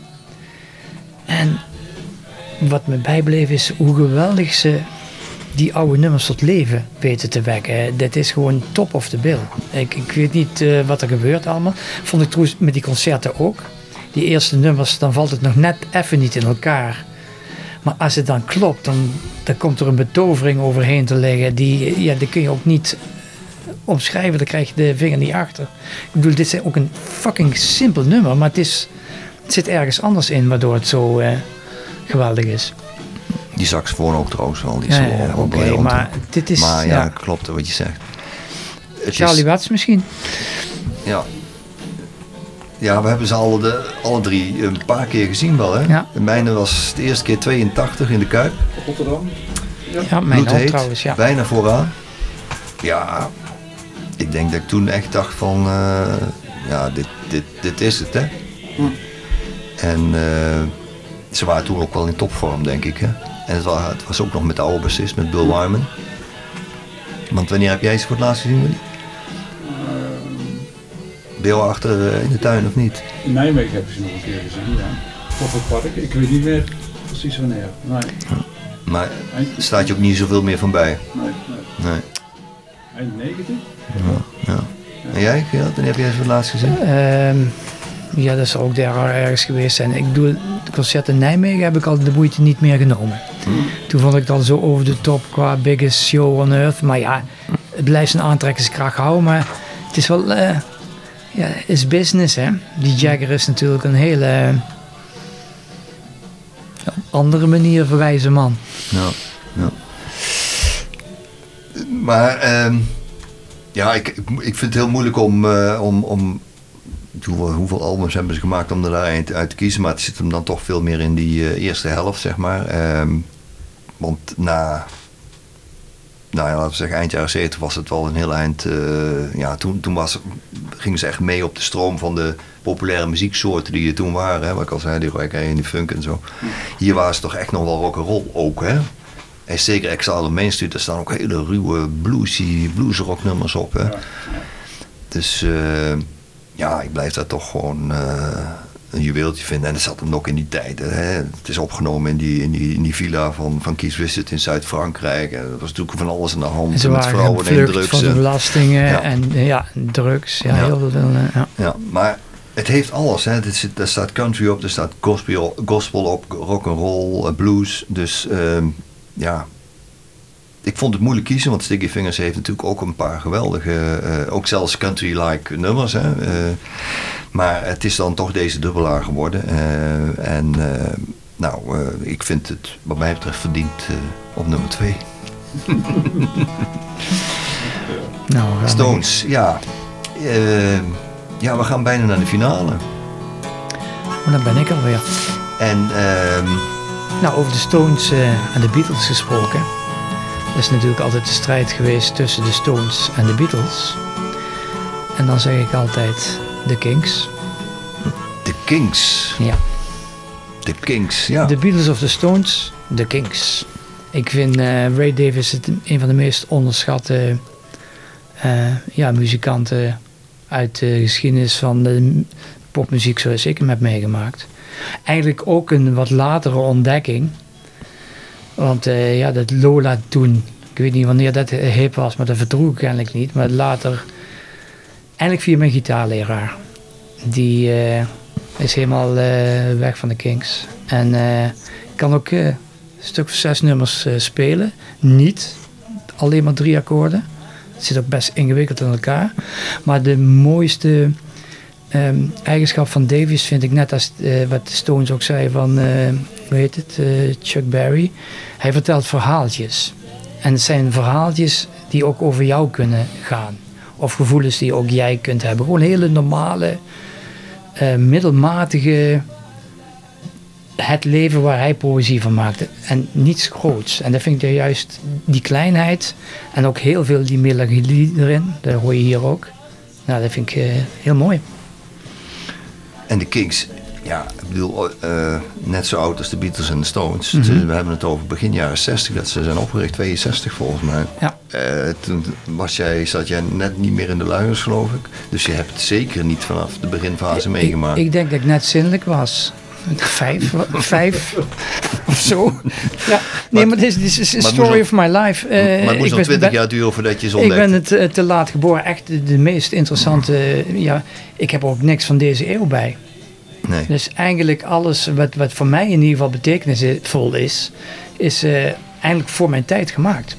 En wat me bijbleef is hoe geweldig ze die oude nummers tot leven weten te wekken. Dit is gewoon top of the bill. Ik, ik weet niet uh, wat er gebeurt allemaal. Vond ik trouwens met die concerten ook. Die eerste nummers, dan valt het nog net even niet in elkaar. Maar als het dan klopt, dan, dan komt er een betovering overheen te liggen. Die, ja, die kun je ook niet omschrijven, dan krijg je de vinger niet achter. Ik bedoel, dit is ook een fucking simpel nummer, maar het, is, het zit ergens anders in, waardoor het zo uh, geweldig is. Die saxofoon ook trouwens wel. Die ja, zo ja, oké, okay, maar dit is... Maar ja, ja. klopt wat je zegt. Het Charlie is, Watts misschien? Ja. ja, we hebben ze alle, de, alle drie een paar keer gezien wel, hè? Ja. De mijne was de eerste keer tweeëntachtig in de Kuip. Rotterdam. Ja, mijn ook Bloedheet, trouwens, ja. bijna vooraan. Ja, ik denk dat ik toen echt dacht van, uh, ja, dit, dit, dit is het, hè. Hm. En uh, ze waren toen ook wel in topvorm, denk ik, hè. En het was, het was ook nog met de oude bassist, met Bill Wyman. Want wanneer heb jij ze voor het laatst gezien, Willy? Ben je al achter uh, in de tuin of niet? In Nijmegen heb ik ze nog een keer gezien, ja. Of het park, ik weet niet meer precies wanneer. Nee. Maar er staat je ook niet zoveel meer van bij? Nee, nee. Nee. Eind negentig? Ja, ja. En jij, Gerard, wanneer heb jij ze voor het laatst gezien? Um, ja, dat zal ook daar ergens geweest zijn. Ik bedoel, het concert in Nijmegen heb ik al de moeite niet meer genomen. Hmm. Toen vond ik het al zo over de top qua biggest show on earth. Maar ja, het blijft een aantrekkingskracht houden. Maar het is wel, uh, ja, is business, hè. Die Jagger is natuurlijk een hele uh, andere manier verwijzen man. Ja, ja. Maar um, ja, ik, ik vind het heel moeilijk om, uh, om, om hoeveel, hoeveel albums hebben ze gemaakt om er daaruit uit te kiezen, maar het zit hem dan toch veel meer in die uh, eerste helft, zeg maar. Um, want na, nou ja, laten we zeggen eind jaren zeventig was het wel een heel eind, uh, ja, toen, toen was, gingen ze echt mee op de stroom van de populaire muzieksoorten die er toen waren, hè, wat ik al zei, die reggae en die funk en zo. Hier waren ze toch echt nog wel rock'n'roll ook, hè. En zeker Exile on Main Street, daar staan ook hele ruwe bluesy, bluesrock nummers op. Hè? Ja, ja. Dus uh, ja, ik blijf daar toch gewoon uh, een juweeltje vinden. En dat zat hem ook in die tijd. Hè? Het is opgenomen in die, in die, in die villa van, van Keith Richards in Zuid-Frankrijk. En dat was natuurlijk van alles aan de hand. Ze met vrouwen en drugs. Van de belastingen ja. en ja, drugs. Ja, ja. Heel veel. Uh, ja. ja, maar het heeft alles. Hè? Er, zit, er staat country op, er staat gospel, gospel op, rock'n'roll, blues. Dus... Uh, ja, ik vond het moeilijk kiezen, want Sticky Fingers heeft natuurlijk ook een paar geweldige, uh, ook zelfs country-like nummers. Hè? Uh, maar het is dan toch deze dubbelaar geworden. Uh, en uh, nou, uh, ik vind het wat mij betreft verdient uh, op nummer twee. nou, Stones, we... ja. Uh, ja, we gaan bijna naar de finale. Maar dan ben ik alweer. En... Uh, Nou, over de Stones uh, en de Beatles gesproken. Er is natuurlijk altijd de strijd geweest tussen de Stones en de Beatles. En dan zeg ik altijd de Kinks. De Kinks? Ja. De Kinks, ja. De Beatles of de Stones, de Kinks. Ik vind uh, Ray Davies het een van de meest onderschatte uh, ja, muzikanten uit de geschiedenis van de popmuziek zoals ik hem heb meegemaakt. Eigenlijk ook een wat latere ontdekking. Want uh, ja, dat Lola toen, ik weet niet wanneer dat hip was, maar dat verdroeg ik eigenlijk niet. Maar later, eigenlijk via mijn gitaarleraar. Die uh, is helemaal uh, weg van de Kinks. En uh, ik kan ook uh, een stuk of zes nummers uh, spelen. Niet alleen maar drie akkoorden. Het zit ook best ingewikkeld in elkaar. Maar de mooiste... Um, eigenschap van Davies vind ik net als uh, wat Stones ook zei van, uh, hoe heet het, uh, Chuck Berry. Hij vertelt verhaaltjes. En het zijn verhaaltjes die ook over jou kunnen gaan. Of gevoelens die ook jij kunt hebben. Gewoon hele normale, uh, middelmatige, het leven waar hij poëzie van maakte. En niets groots. En dat vind ik juist die kleinheid. En ook heel veel die melancholie erin. Dat hoor je hier ook. Nou, dat vind ik uh, heel mooi. En de Kinks, ja, ik bedoel, uh, net zo oud als de Beatles en de Stones. Mm-hmm. We hebben het over begin jaren zestig, dat ze zijn opgericht, tweeënzestig volgens mij. Ja. Uh, toen was jij, zat jij net niet meer in de luiers, geloof ik. Dus je hebt het zeker niet vanaf de beginfase meegemaakt. Ik, ik denk dat ik net zinnelijk was. Vijf, vijf of zo. Ja, nee, maar dit is een story of my life. Uh, maar het moest nog twintig jaar duren voordat je ze ontdekte. Ik ben het uh, te laat geboren. Echt de, de meest interessante... Uh, ja, ik heb ook niks van deze eeuw bij. Nee. Dus eigenlijk alles wat, wat voor mij in ieder geval betekenisvol is... is uh, eigenlijk voor mijn tijd gemaakt.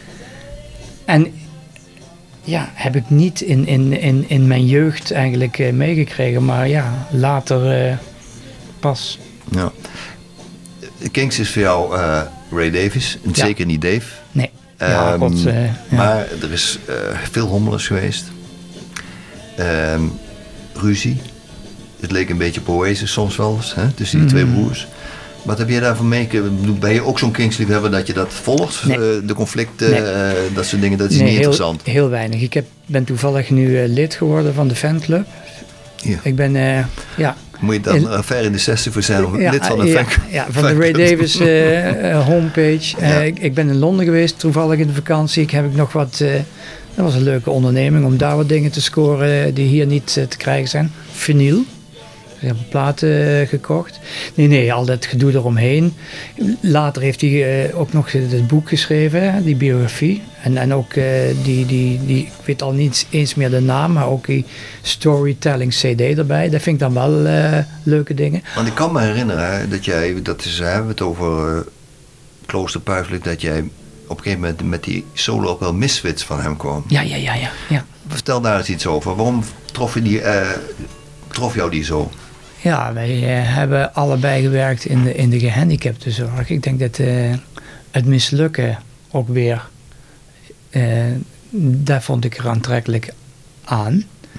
En ja, heb ik niet in, in, in, in mijn jeugd eigenlijk uh, meegekregen. Maar ja, later... Uh, pas. Ja. Kinks is voor jou uh, Ray Davies, en ja. Zeker niet Dave. Nee. Ja, um, God, uh, ja. Maar er is uh, veel hommeles geweest. Um, ruzie. het leek een beetje poëzisch soms wel eens, hè, tussen die Mm. twee broers. Wat heb je daarvan meegekregen? Ben je ook zo'n Kings-liefhebber dat je dat volgt? Nee. Uh, de conflicten, Nee. uh, dat soort dingen, dat is nee, niet heel, interessant. Heel weinig. Ik heb, ben toevallig nu uh, lid geworden van de fanclub. Ja. Ik ben, uh, ja... Moet je dan uh, ver in de zestig voor zijn om ja, lid van een ja, fanclub? Ja, van de Ray Davis uh, uh, homepage. Uh, ja. ik, ik ben in Londen geweest, toevallig in de vakantie. Ik heb ik nog wat... Uh, dat was een leuke onderneming om daar wat dingen te scoren die hier niet uh, te krijgen zijn. Vinyl. Ik heb platen uh, gekocht. Nee, nee, al dat gedoe eromheen. Later heeft hij uh, ook nog het boek geschreven, hè, die biografie. En, en ook uh, die, die, die, ik weet al niet eens meer de naam, maar ook die storytelling C D erbij. Dat vind ik dan wel uh, leuke dingen. Want ik kan me herinneren hè, dat jij, dat is, hebben we het over uh, Klooster Puifelijk, dat jij op een gegeven moment met die solo op wel Misfits van hem kwam. Ja, ja, ja, ja. ja. Vertel daar eens iets over. Waarom trof, je die, uh, trof jou die zo? Ja, wij uh, hebben allebei gewerkt in de, in de gehandicaptenzorg. Ik denk dat uh, het mislukken ook weer, uh, daar vond ik er aantrekkelijk aan.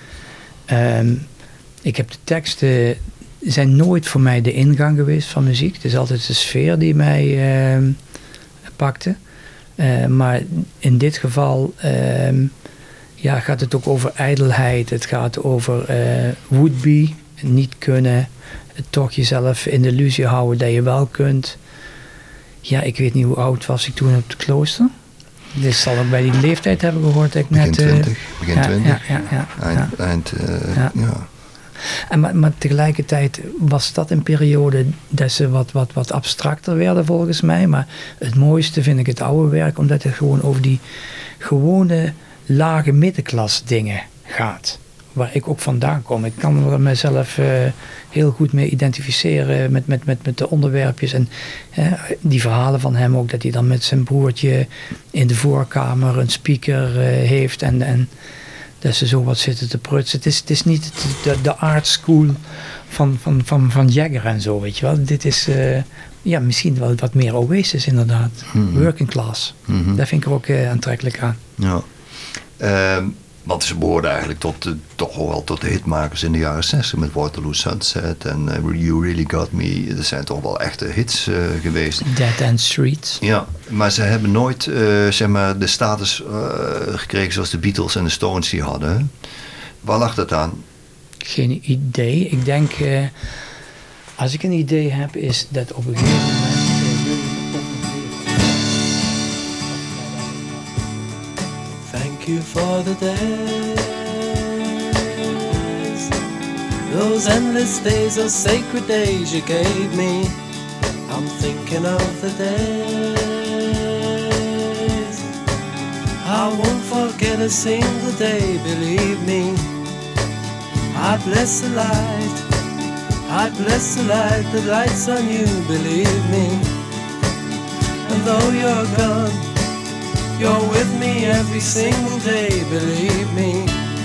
Um, ik heb de teksten, zijn nooit voor mij de ingang geweest van muziek. Het is altijd de sfeer die mij uh, pakte. Uh, maar in dit geval uh, ja, gaat het ook over ijdelheid. Het gaat over uh, would-be. Niet kunnen, toch jezelf in de illusie houden dat je wel kunt. Ja, ik weet niet hoe oud was ik toen op het klooster. Dit zal ook bij die leeftijd hebben gehoord dat ik begin net... twintig, begin ja, twintig. Ja, ja, ja, eind, ja. eind uh, ja. ja. En, maar, maar tegelijkertijd was dat een periode dat ze wat, wat, wat abstracter werden volgens mij. Maar het mooiste vind ik het oude werk, omdat het gewoon over die gewone lage middenklas dingen gaat. Waar ik ook vandaan kom. Ik kan er mezelf uh, heel goed mee identificeren met, met, met, met de onderwerpjes. En uh, die verhalen van hem ook, dat hij dan met zijn broertje in de voorkamer een speaker uh, heeft. En, en dat ze zo wat zitten te prutsen. Het is, het is niet de, de art school van, van, van, van Jagger en zo, weet je wel. Dit is uh, ja, misschien wel wat meer Oasis inderdaad. Mm-hmm. Working class. Mm-hmm. Daar vind ik er ook uh, aantrekkelijk aan. Ja. Um. Want ze behoorden eigenlijk tot de, toch wel tot de hitmakers in de jaren zestig met Waterloo Sunset en uh, You Really Got Me. Dat zijn toch wel echte hits uh, geweest. Dead End Streets. Ja, maar ze hebben nooit uh, zeg maar de status uh, gekregen zoals de Beatles en de Stones die hadden. Waar lag dat aan? Geen idee. Ik denk, uh, als ik een idee heb, is dat op een gegeven moment... Thank you for the days, those endless days, those sacred days you gave me. I'm thinking of the days I won't forget a single day, believe me. I bless the light, I bless the light that lights on you, believe me. And though you're gone, you're with me every single day, believe me.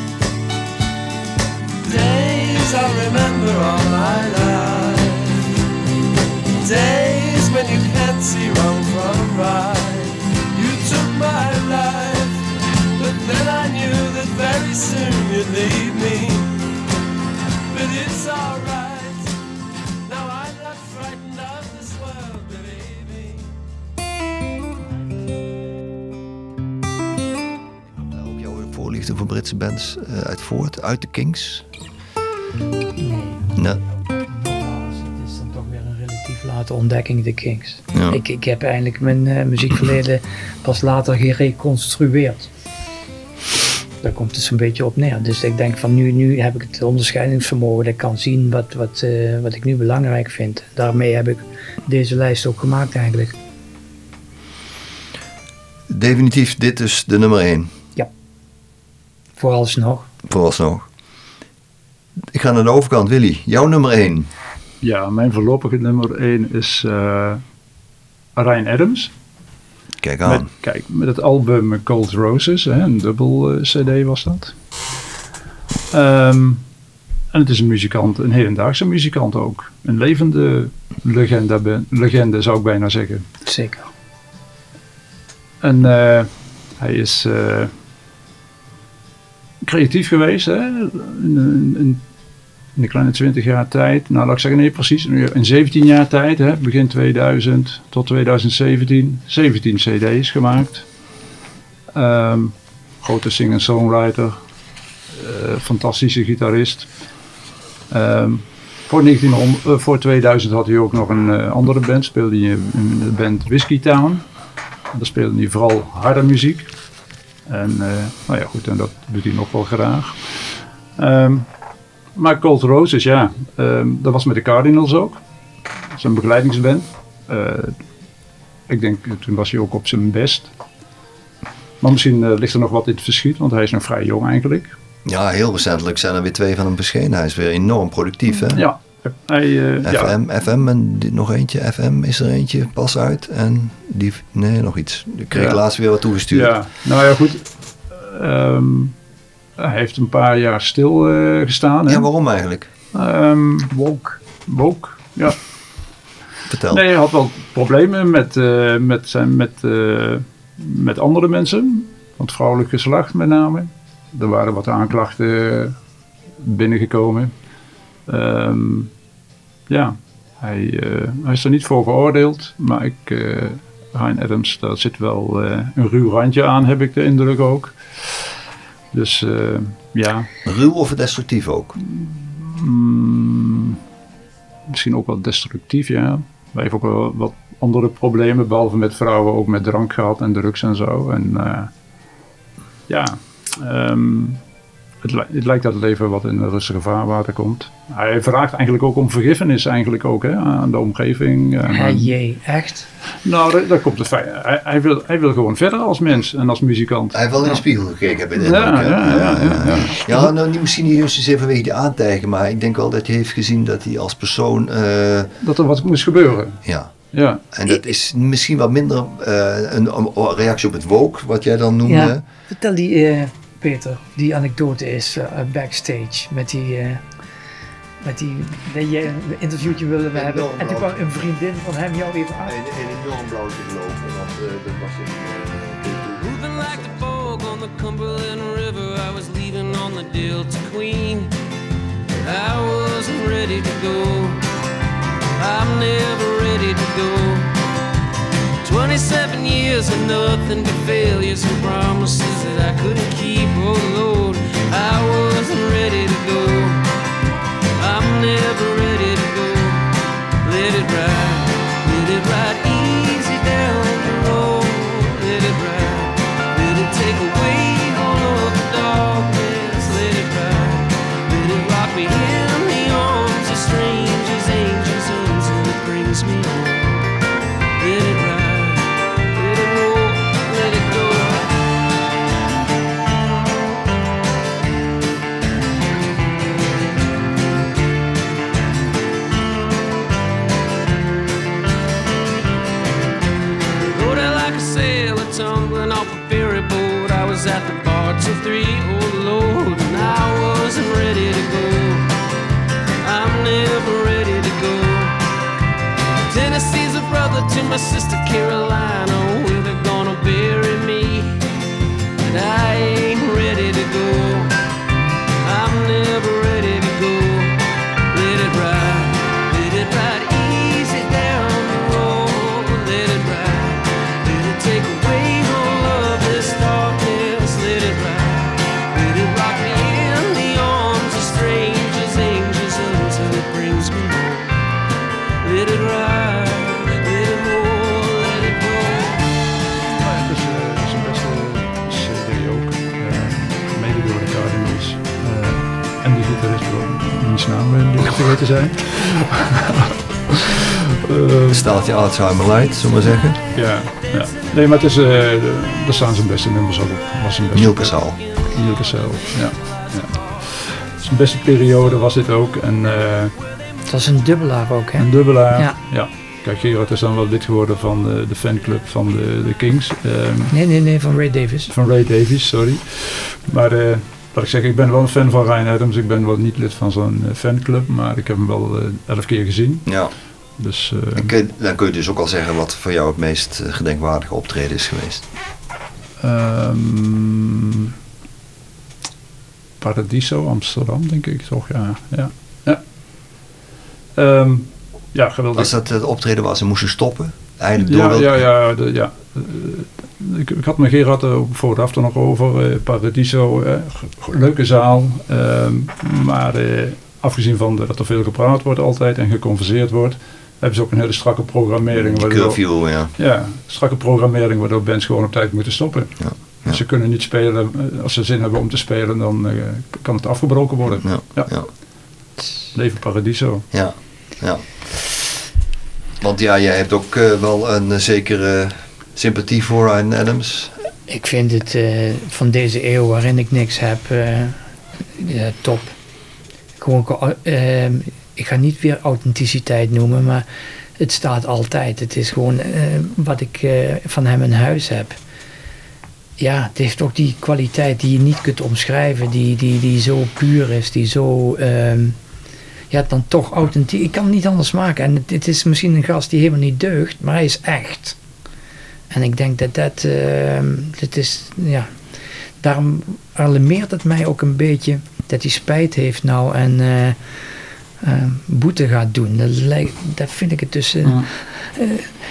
Days I remember all my life, days when you can't see wrong from right. You took my life, but then I knew that very soon you'd leave me. But it's alright, now I'm not frightened of this world, believe me. Voorliefde voor Britse bands uh, uit voort, uit de Kings? Nee. Nee. Het is dan toch weer een relatief late ontdekking, de Kings. Ja. Ik, ik heb eigenlijk mijn uh, muziekverleden pas later gereconstrueerd. Daar komt het zo'n beetje op neer. Dus ik denk van nu, nu heb ik het onderscheidingsvermogen dat ik kan zien wat, wat, uh, wat ik nu belangrijk vind. Daarmee heb ik deze lijst ook gemaakt eigenlijk. Definitief, dit is de nummer één. Vooralsnog. Vooralsnog. Ik ga naar de overkant. Willy, jouw nummer één. Ja, mijn voorlopige nummer één is uh, Ryan Adams. Kijk aan. Met, kijk, met het album Cold Roses, hè, een dubbel uh, cd was dat. Um, en het is een muzikant, een hedendaagse muzikant ook. Een levende legende, legende zou ik bijna zeggen. Zeker. En uh, hij is... Uh, creatief geweest, hè? Een, een, in een kleine twintig jaar tijd, nou laat ik zeggen, nee precies, in zeventien jaar tijd, hè, begin tweeduizend tot tweeduizend zeventien, zeventien cd's gemaakt. Um, grote singer-songwriter, uh, fantastische gitarist. Um, voor, negentienhonderd, uh, voor tweeduizend had hij ook nog een uh, andere band, speelde hij in de band Whiskey Town. Daar speelde hij vooral harde muziek. En uh, nou ja, goed, en dat doet hij nog wel graag. Um, maar Cold Roses, ja, um, dat was met de Cardinals ook. Zijn begeleidingsband. Uh, ik denk, toen was hij ook op zijn best. Maar misschien uh, ligt er nog wat in het verschiet, want hij is nog vrij jong eigenlijk. Ja, heel recentelijk zijn er weer twee van hem verschenen. Hij is weer enorm productief, hè? Ja. Hij, uh, F M, ja. F M en die, nog eentje. F M is er eentje pas uit. En die, nee, nog iets. Ik kreeg ja. laatst weer wat toegestuurd. Ja, nou ja, goed. Um, hij heeft een paar jaar stil uh, gestaan. Ja, hè? waarom eigenlijk? Um, woke. Woke, ja. Vertel. Nee, hij had wel problemen met, uh, met, zijn, met, uh, met andere mensen. Van het vrouwelijk geslacht met name. Er waren wat aanklachten binnengekomen. Um, ja, hij, uh, hij is er niet voor veroordeeld. Maar ik, uh, Ryan Adams, daar zit wel uh, een ruw randje aan, heb ik de indruk ook. Dus uh, ja. Ruw of destructief ook? Mm, misschien ook wel destructief, ja. Hij heeft ook wel wat andere problemen, behalve met vrouwen, ook met drank gehad en drugs en zo. En uh, ja, um, het, li- het lijkt dat het leven wat in een rustige vaarwater komt. Hij vraagt eigenlijk ook om vergiffenis eigenlijk ook, hè, aan de omgeving. Ja, jee, echt? Nou, daar komt het feit. Hij, hij, wil, hij wil gewoon verder als mens en als muzikant. Hij heeft wel in de spiegel gekeken, heb ik de ja, indruk. ja, ja, ja, ja, ja. ja, nou niet, misschien niet juist even vanwege die aantijgen, maar ik denk wel dat hij heeft gezien dat hij als persoon... Uh, dat er wat moest gebeuren. Ja. Ja. En dat is misschien wat minder uh, een, een reactie op het woke, wat jij dan noemde. Ja. Vertel die, uh, Peter, die anekdote is uh, backstage met die... Uh, met die, dat je een interviewtje wilde we hebben. En toen kwam een vriendin van hem jou even af. Een, een enorm blauwtje gelopen, want uh, dat was een... Uh, Moving like the fog on the Cumberland River, I was leaving on the Delta Queen. I wasn't ready to go. I'm never ready to go. Twenty-seven years of nothing but failures and promises that I couldn't keep. Oh Lord, I wasn't ready to go. I'm never ready to go. Let it ride, let it ride easy down the road. Let it ride, let it take away all of the darkness. Let it ride, let it rock me in the arms of strangers, angels, until it brings me home. Let it ride, let it roll, let it go. Tumbling off a ferry boat, I was at the bar till three, oh Lord, and I wasn't ready to go. I'm never ready to go. Tennessee's a brother to my sister Carolina, where they're gonna bury me, and I ain't ready to go. I'm never ready to go. Let it ride, let it ride easy down the road. Let it ride, let it take away darkness, let it ride, let it rock me in the arms of strangers, angels, until it brings me home. Let it ride, let it roll, let it go. Ja, het is, uh, is een beste C D ook, uh, mede door de Cardinals. Uh, en die gitarist wil niets naam die ik vergeten zijn. uh, Staaltje Alzheimer Light, zullen we maar zeggen. Ja, ja. Nee, maar het is, uh, daar staan zijn beste nummers op. Neil Casal. Neil Casal, ja. ja. Zijn beste periode was dit ook. En, uh, het was een dubbelaar ook, hè? Een dubbelaar, ja. ja. Kijk, Gerard is dan wel lid geworden van de, de fanclub van de, de Kings. Um, nee, nee, nee, van Ray Davies. Van Ray Davies, sorry. Maar uh, wat ik zeg, ik ben wel een fan van Ryan Adams. Ik ben wel niet lid van zo'n uh, fanclub, maar ik heb hem wel uh, elf keer gezien. Ja. Dus, uh, en dan kun je dus ook al zeggen wat voor jou het meest gedenkwaardige optreden is geweest. Um, Paradiso, Amsterdam, denk ik toch, ja. ja. Um, ja, geweldig. Als dat het optreden was en moesten stoppen, eigenlijk Ja, door ja, ja. De, ja. Uh, ik, ik had met Gerard er vooraf er nog over. Uh, Paradiso, uh, leuke zaal. Uh, maar uh, afgezien van de, dat er veel gepraat wordt altijd en geconverseerd wordt, hebben ze ook een hele strakke programmering. Die waardoor, curfew, ja. Ja, strakke programmering waardoor bands gewoon op tijd moeten stoppen. Ja. Ja. Dus ze kunnen niet spelen. Als ze zin hebben om te spelen, dan uh, kan het afgebroken worden. Ja. Ja. Ja. Leven Paradiso. Ja. Ja. Want ja, jij hebt ook uh, wel een uh, zekere sympathie voor Ryan Adams. Ik vind het uh, van deze eeuw waarin ik niks heb, uh, uh, top. Gewoon, uh, ik ga niet weer authenticiteit noemen, maar het staat altijd. Het is gewoon uh, wat ik uh, van hem in huis heb. Ja, het heeft ook die kwaliteit die je niet kunt omschrijven, die, die, die zo puur is, die zo, uh, ja, dan toch authentiek. Ik kan het niet anders maken. En dit is misschien een gast die helemaal niet deugt, maar hij is echt. En ik denk dat dat, uh, dat is, ja, daarom alarmeert het mij ook een beetje dat hij spijt heeft nou en uh, uh, boete gaat doen. Dat, lijkt, dat vind ik het dus... Uh, mm. uh,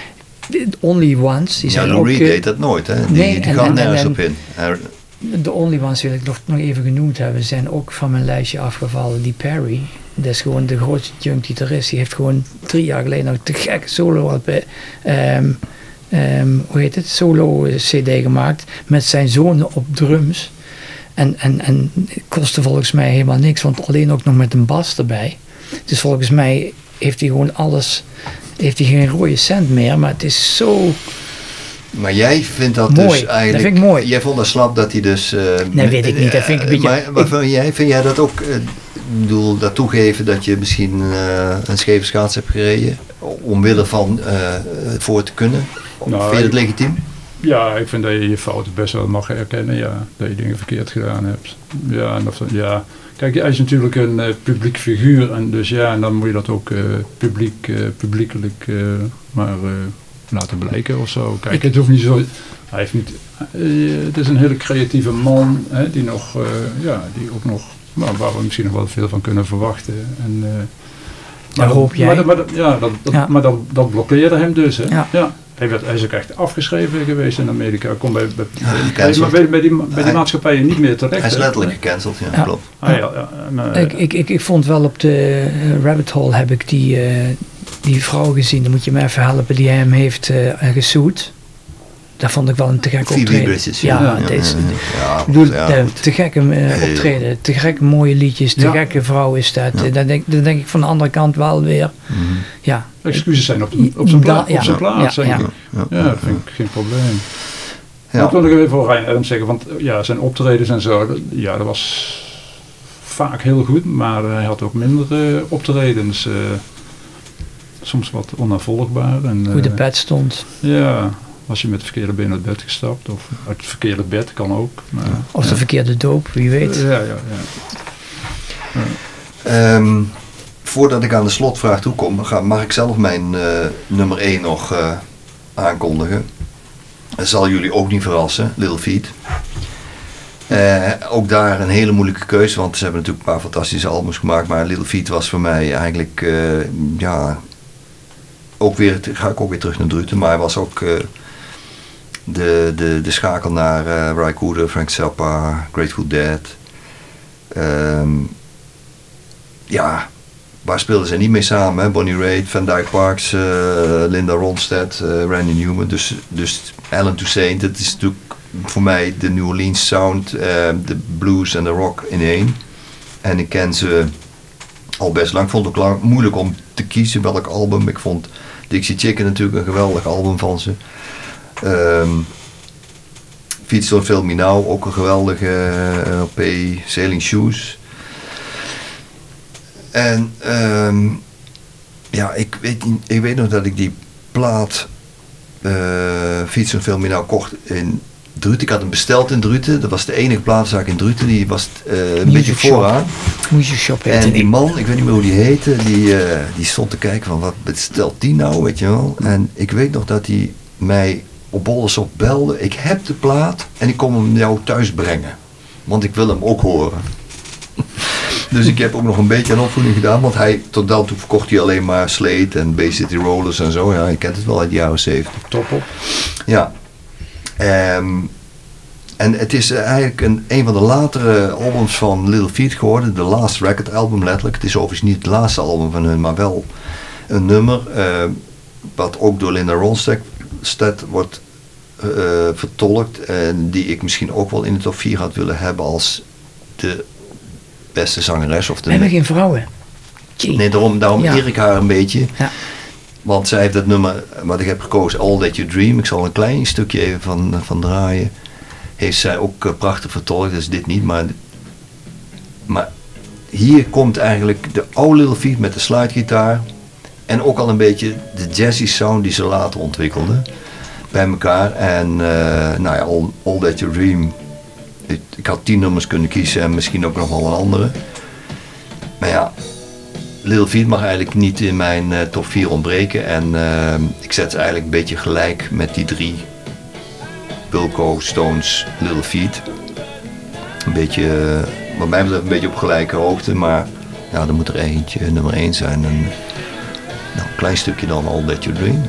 Only Ones. Die ja, zijn Lou Reed ook, uh, deed dat nooit, hè? Die, nee, die en, gaat en, nergens en, op in. De Only Ones wil ik nog, nog even genoemd hebben, zijn ook van mijn lijstje afgevallen. Die Perry, dat is gewoon de grootste junk die er is. Die heeft gewoon drie jaar geleden nog te gek solo had bij, um, um, hoe heet het, solo C D gemaakt met zijn zonen op drums. En, en, en het kostte volgens mij helemaal niks, want alleen ook nog met een bas erbij. Dus volgens mij heeft hij gewoon alles, heeft hij geen rode cent meer, maar het is zo... Maar jij vindt dat mooi. dus eigenlijk... Dat vind ik mooi. Jij vond dat slap dat hij dus... Uh, nee, weet ik niet. Dat vind ik een beetje... Maar, maar vind, jij, vind jij dat ook... Uh, ik bedoel, dat toegeven dat je misschien uh, een scheve schaats hebt gereden? Omwille van uh, voor te kunnen? Nou, vind je het legitiem? Ja, ik vind dat je je fouten best wel mag herkennen. Ja, dat je dingen verkeerd gedaan hebt. Ja, en of, ja. Kijk, hij is natuurlijk een uh, publiek figuur. En dus ja, en dan moet je dat ook uh, publiek, uh, publiekelijk uh, maar... Uh, laten blijken of zo. Kijk, het hoeft niet zo... Hij heeft niet... Uh, het is een hele creatieve man, hè, die nog... Uh, ja, die ook nog... Nou, waar we misschien nog wel veel van kunnen verwachten. En, uh, Daar maar hoop dat, jij. Maar, maar, ja, dat, dat, ja. maar dat, dat blokkeerde hem dus. Hè. Ja. Ja. Hij, werd, hij is ook echt afgeschreven geweest in Amerika. Hij kon bij, bij, Ja, bij, bij, bij, die, bij die maatschappijen niet meer terecht. Hij is hè. letterlijk gecanceld, ja, Ja. klopt. Ah, ja, ja, en, uh, ik, ik, ik, ik vond wel op de uh, Rabbit Hole heb ik die, uh, die vrouw gezien. Dan moet je me even helpen die hem heeft uh, gesued. Dat vond ik wel een te gek optreden. Bridges, ja, ja, ja, ja, is, ja, ik bedoel, ja, uh, te gekke uh, optreden, te gekke mooie liedjes, te ja. gekke vrouw is dat. Ja. Uh, dan, denk, dan denk ik van de andere kant wel weer, mm-hmm. ja. excuses zijn op, de, op zijn, pla- ja. op zijn plaats, ja, denk ja. ik. Ja, Ja, dat vind ik geen probleem. Ja. Dat wil ik even voor Ryan Adams zeggen, want ja, zijn optredens en zo, dat, ja, dat was vaak heel goed, maar hij had ook minder uh, optredens. Uh, soms wat onnavolgbaar. En, Hoe de uh, bed stond. Ja, was je met het verkeerde been uit bed gestapt, of uit het verkeerde bed, kan ook. Maar, Of de ja. verkeerde doop, wie weet. Ja, ja, ja. ja. Um, voordat ik aan de slotvraag toe kom, ga, mag ik zelf mijn uh, nummer één nog uh, aankondigen. Dat zal jullie ook niet verrassen, Little Feat. Uh, ook daar een hele moeilijke keuze, want ze hebben natuurlijk een paar fantastische albums gemaakt, maar Little Feat was voor mij eigenlijk, uh, ja, ook weer, ga ik ook weer terug naar Druten, maar hij was ook uh, de, de, de schakel naar uh, Ry Cooder, Frank Zappa, Grateful Dead. Um, ja, waar speelden ze niet mee samen? Hè? Bonnie Raitt, Van Dyke Parks, uh, Linda Ronstadt, uh, Randy Newman. Dus, dus Alan Toussaint, dat is natuurlijk voor mij de New Orleans sound, uh, de blues en de rock in één. En ik ken ze al best lang. Ik vond het ook lang moeilijk om te kiezen welk album. Ik vond Dixie Chicken natuurlijk een geweldig album van ze. Um, Feet Don't Fail Me Now, ook een geweldige uh, L P, Sailing Shoes. En um, ja, ik weet, ik weet nog dat ik die plaat uh, Feet Don't Fail Me Now kocht in Druten. Ik had hem besteld in Druten. Dat was de enige plaatzaak in Druten. Die was uh, een Music beetje Shop. vooraan. Music Shop heette En die die. man, ik weet niet meer hoe die heette, die, uh, die stond te kijken van wat bestelt die nou, weet je wel. En ik weet nog dat hij mij op Bollersop belde. Ik heb de plaat en ik kom hem jou thuis brengen. Want ik wil hem ook horen. Dus ik heb ook nog een beetje aan opvoeding gedaan, want hij, tot dan toe verkocht hij alleen maar Slade en Bay City Rollers en zo. Ja, je kent het wel uit de jaren zeventig. Top op. Ja. Um, en het is eigenlijk een, een van de latere albums van Little Feat geworden. De Last Record album letterlijk. Het is overigens niet het laatste album van hun, maar wel een nummer. Uh, wat ook door Linda Ronstadt wordt uh, vertolkt. En die ik misschien ook wel in de top vier had willen hebben als de beste zangeres. Of de We hebben geen vrouwen. Jee. Nee, daarom, daarom Ja. eer ik haar een beetje. Ja. Want zij heeft dat nummer wat ik heb gekozen, All That You Dream. Ik zal een klein stukje even van, van draaien. Heeft zij ook uh, prachtig vertolkt, dus dit niet. Maar, maar hier komt eigenlijk de oude Little Feat met de slidegitaar. En ook al een beetje de jazzy sound die ze later ontwikkelde. Bij elkaar. En uh, nou ja, All, All That You Dream. Ik, ik had tien nummers kunnen kiezen en misschien ook nog wel een andere. Maar ja, Little Feat mag eigenlijk niet in mijn uh, top vier ontbreken. En uh, ik zet ze eigenlijk een beetje gelijk met die drie. Wilco, Stones, Little Feat. Een beetje, uh, wat mij betreft een beetje op gelijke hoogte. Maar ja, er moet er eentje nummer één zijn. En, nou, een klein stukje dan All That You Dream.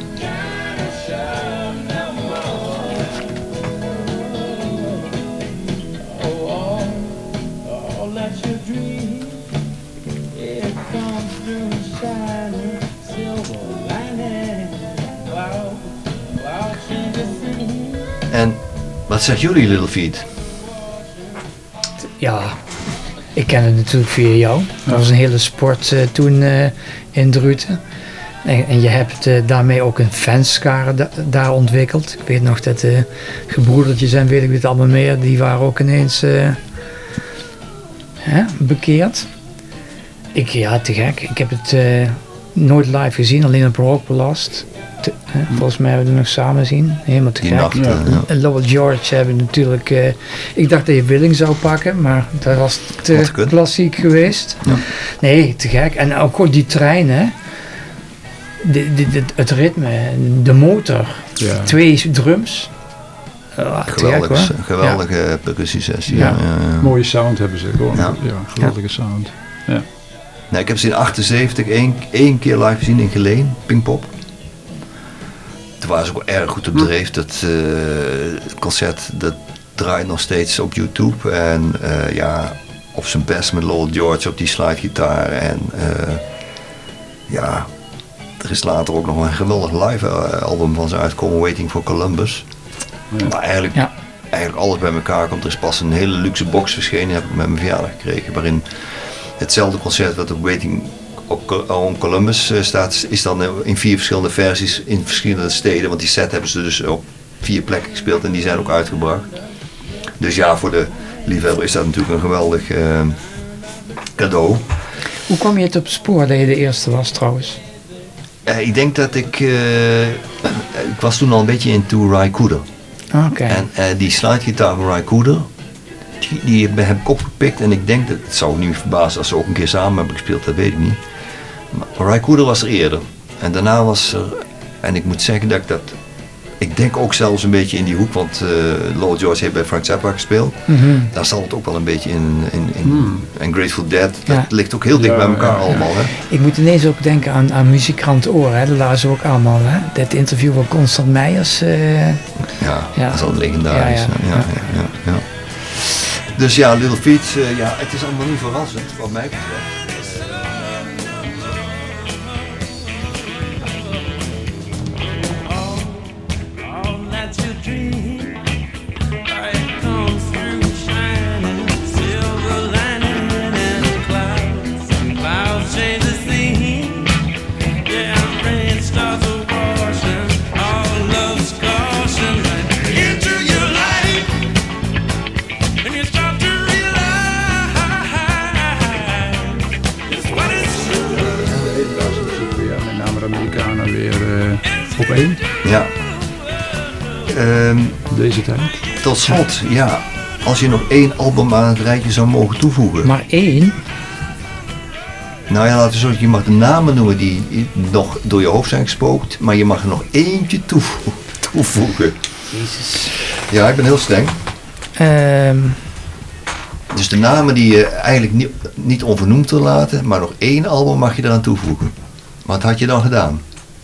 En wat zegt jullie, Little Feat? Ja, ik ken het natuurlijk via jou. Dat was een hele sport uh, toen uh, in Druten. En, en je hebt uh, daarmee ook een fanskare da daar ontwikkeld. Ik weet nog dat de uh, gebroedertjes en weet ik het allemaal meer, die waren ook ineens uh, hè, bekeerd. Ik, ja, te gek. Ik heb het uh, nooit live gezien, alleen op Rockbelast. Te, hè, volgens mij hebben we het nog samen zien. Helemaal te Die gek. nacht, ja. En Lowell George hebben natuurlijk... Uh, ik dacht dat je Willing zou pakken, maar dat was te klassiek geweest. Ja. Nee, te gek. En ook gewoon die trein, hè. De, de, de, het ritme, de motor, Ja. twee drums. Uh, Geweldige, gek, hoor. geweldige ja. percussiesessie. Ja. Ja. Ja, ja. Mooie sound hebben ze gewoon. Ja. Ja, geweldige sound. Ja. Nou, ik heb ze in achtenzeventig één, één keer live gezien in Geleen, Pinkpop. Toen waren ze ook erg goed op dreef. Dat uh, concert dat draait nog steeds op YouTube. En uh, ja, op zijn best met Lowell George op die slidegitaar. En uh, ja, er is later ook nog een geweldig live album van ze uitkomen, Waiting for Columbus. Ja. Maar eigenlijk, ja. eigenlijk alles bij elkaar komt. Er is pas een hele luxe box verschenen, heb ik met mijn verjaardag gekregen. Waarin hetzelfde concert wat op Waiting on Columbus uh, staat, is dan in vier verschillende versies in verschillende steden. Want die set hebben ze dus op vier plekken gespeeld en die zijn ook uitgebracht. Dus ja, voor de liefhebber is dat natuurlijk een geweldig uh, cadeau. Hoe kwam je het op het spoor dat je de eerste was trouwens? Uh, ik denk dat ik, uh, ik was toen al een beetje into Ry Cooder. Okay. En uh, die slidegitaar van Ry Cooder, die, die heb ik opgepikt en ik denk dat, het zou me niet verbazen als ze ook een keer samen hebben gespeeld, dat weet ik niet. Maar Ry Cooder was er eerder. En daarna was er, en ik moet zeggen dat ik dat, ik denk ook zelfs een beetje in die hoek, want uh, Lowell George heeft bij Frank Zappa gespeeld. Mm-hmm. Daar zal het ook wel een beetje in, in, in mm. en Grateful Dead, dat ja. ligt ook heel dicht ja, bij elkaar ja, allemaal. Ja. Hè? Ik moet ineens ook denken aan, aan Muziekkrant Oor, hè? Dat lazen ze ook allemaal. Hè? Dat interview van Constant Meijers. Uh, ja, ja, dat is al legendarisch. Ja, ja, ja. Ja, ja, ja, ja. Dus ja, Little Feat, uh, ja, het is allemaal niet verrassend wat mij betreft. Op één? Ja. Um, Deze tijd. Tot slot, ja. Als je nog één album aan het rijtje zou mogen toevoegen. Maar één? Nou ja, laten we zo, je mag de namen noemen die nog door je hoofd zijn gespookt, maar je mag er nog eentje toevo- toevoegen. Jezus. Ja, ik ben heel streng. Um, Dus de namen die je eigenlijk niet, niet onvernoemd wil laten, maar nog één album mag je eraan toevoegen. Wat had je dan gedaan?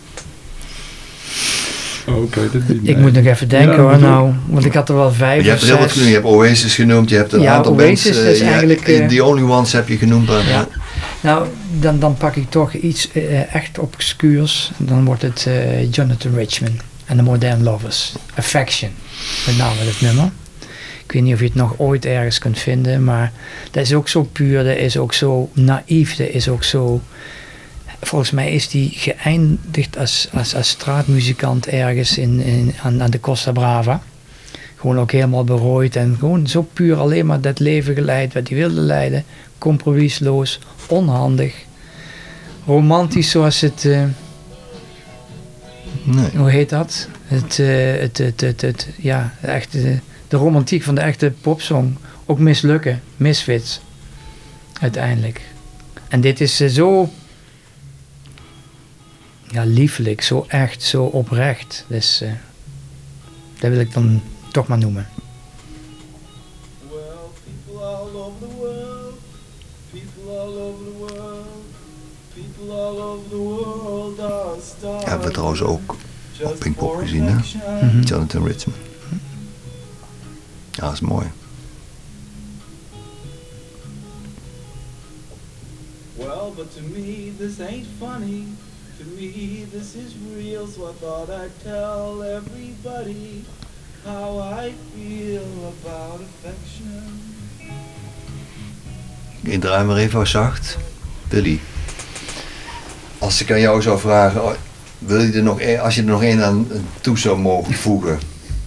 Oh, ik weet het niet. Ik nee. moet nog even denken Ja, hoor, bedoel- nou, want ik had er wel vijf Je of hebt er heel wat zes. genoemd. Je hebt Oasis genoemd, je hebt een Ja, aantal Oasis bands. is eh, ja, eigenlijk, eh, The Only Ones heb je genoemd. Maar, Ja. Nou, dan, dan pak ik toch iets eh, echt obscuurs. Dan wordt het eh, Jonathan Richman en de Modern Lovers. Affection, met name het nummer. Ik weet niet of je het nog ooit ergens kunt vinden, maar dat is ook zo puur, dat is ook zo naïef, dat is ook zo... Volgens mij is die geëindigd als, als, als straatmuzikant ergens in, in, aan, aan de Costa Brava. Gewoon ook helemaal berooid en gewoon zo puur alleen maar dat leven geleid wat hij wilde leiden. Compromisloos, onhandig, romantisch zoals het... Uh, nee. Hoe heet dat? Het, uh, het, het, het, het, ja, de, echte, de romantiek van de echte popsong. Ook mislukken, misfits. Uiteindelijk. En dit is uh, zo... Ja, liefelijk, zo echt, zo oprecht. Dus uh, dat wil ik dan toch maar noemen. Well, people all over the world, people all over the world, people all over the world are stars. Hebben we trouwens ook op Pinkpop gezien, hè? Mm-hmm. Jonathan Richman. Ja, dat is mooi. Well, but to me this ain't funny. To me this is real, so I thought I'd tell everybody how I feel about affection. Ik draai maar even zacht. Billy. Als ik aan jou zou vragen, oh, wil je er nog een, als je er nog één aan toe zou mogen voegen?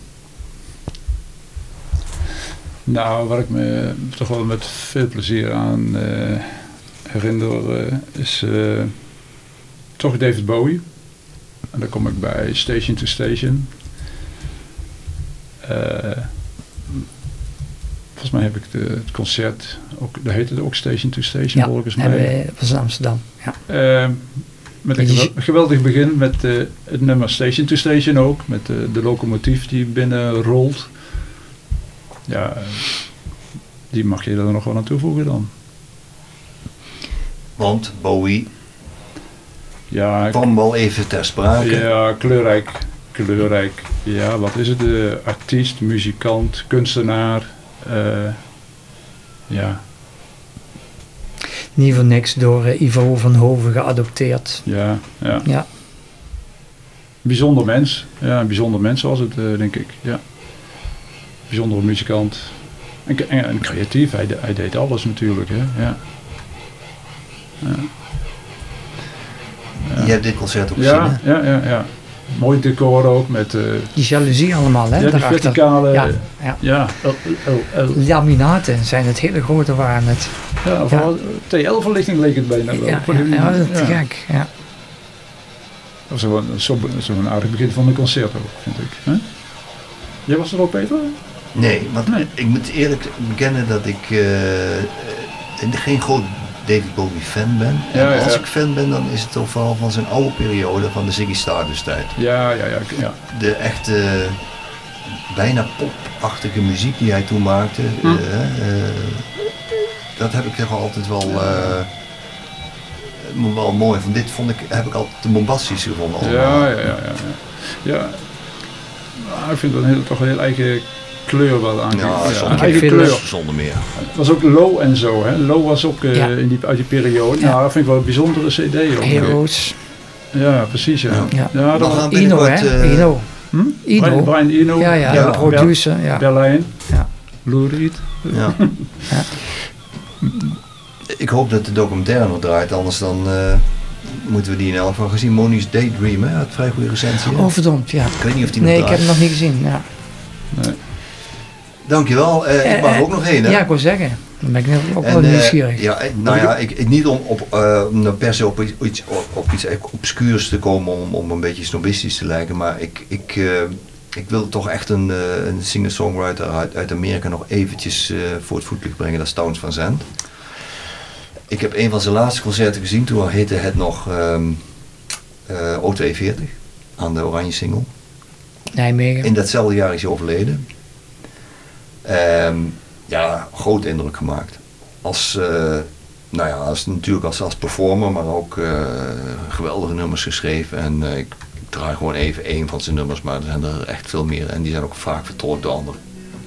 Nou, waar ik me toch wel met veel plezier aan uh, herinner uh, is uh, toch David Bowie. En dan kom ik bij Station to Station. Uh, volgens mij heb ik de, het concert, ook, daar heet het ook Station to Station Ja, volgens mij. Ja, dat was in Amsterdam. Ja. Uh, met een gewel- geweldig begin met uh, het nummer Station to Station ook. Met uh, de locomotief die binnen rolt. Ja, uh, die mag je er nog wel aan toevoegen dan. Want Bowie Ja, kwam wel even ter sprake. ja, kleurrijk. Kleurrijk. Ja, wat is het? De artiest, muzikant, kunstenaar. Uh, ja, Niet voor niks door uh, Ivo van Hoven geadopteerd. ja, ja. Ja. Bijzonder mens. Ja, een bijzonder mens was het, uh, denk ik. Ja. Bijzondere muzikant. En, en, en creatief. Hij, de, hij deed alles natuurlijk. Hè. Ja. Ja. Ja. Je hebt dit concert ook Ja, gezien, hè? ja, ja, ja. Mooi decor ook met uh, Die jaloezie allemaal, hè? ja, die daarachter. verticale. Ja, ja. ja, L, L, L. Laminaten zijn het, hele grote waren het. ja vooral T L-verlichting leek het bijna wel. Ja, ja, ja, dat is te gek. Ja. Dat was zo'n zo, zo een aardig begin van een concert ook, vond ik. Hè? Jij was er ook, Peter? Nee, want Nee. ik moet eerlijk bekennen dat ik uh, uh, geen groot David Bowie fan ben. En Ja, ja, als ja. ik fan ben, dan is het toch vooral van zijn oude periode, van de Ziggy Stardust tijd. Ja, ja, ja. ja. De echte, bijna popachtige muziek die hij toen maakte, Hm. uh, uh, dat heb ik toch altijd wel, uh, wel mooi. Van dit vond ik, heb ik altijd te bombastisch gevonden. allemaal. Ja, ja, ja, ja. Ja, ja. Nou, ik vind het een hele, toch een heel eigen kleur wel aan. Ja, Ja, zonder, eigen vind kleur. het- zonder meer. Het was ook Low en zo, hè. Low was ook uh, Ja. in die, uit die periode. Ja. Nou, dat vind ik wel een bijzondere cd ook. Heroes. Ja, precies, ja. Ja. Ja. Ja, We dat was... gaan Ino, binnenkort, hè? uh, Ino. Hm? Ino. Brian, Brian Ino. Ja, ja, Ja, de producer. Ja. Berlijn. Ja. Lou Reed. Ja. Ja. Ik hoop dat de documentaire nog draait, anders dan uh, moeten we die in elk geval gezien. Moni's Daydream, hè? Had vrij goede recensie. hè? Oh, verdomd, ja. Ik weet niet of die Nee, nog ik heb draait. hem nog niet gezien. Ja, Nee. Dankjewel, uh, ik mag Eh, ook nog heen, hè? ja ik wil zeggen. Dan ben ik ook wel En, uh, nieuwsgierig. ja, eh, nou ja, ik, ik, niet om, op, uh, om nou per se op iets, op, op iets obscuurs te komen, om, om een beetje snobistisch te lijken, maar ik, ik, uh, ik wil toch echt een, uh, een singer-songwriter uit, uit Amerika nog eventjes uh, voor het voetlicht brengen, dat is Townes Van Zandt. Ik heb een van zijn laatste concerten gezien, toen heette het nog um, uh, O tweeënveertig, aan de Oranje Single. Nijmegen. In datzelfde jaar is hij overleden. Um, ja, grote indruk gemaakt. Als, uh, nou ja, als, natuurlijk als, als performer, maar ook uh, geweldige nummers geschreven. En uh, ik, ik draai gewoon even één van zijn nummers, maar er zijn er echt veel meer. En die zijn ook vaak vertolkt door anderen.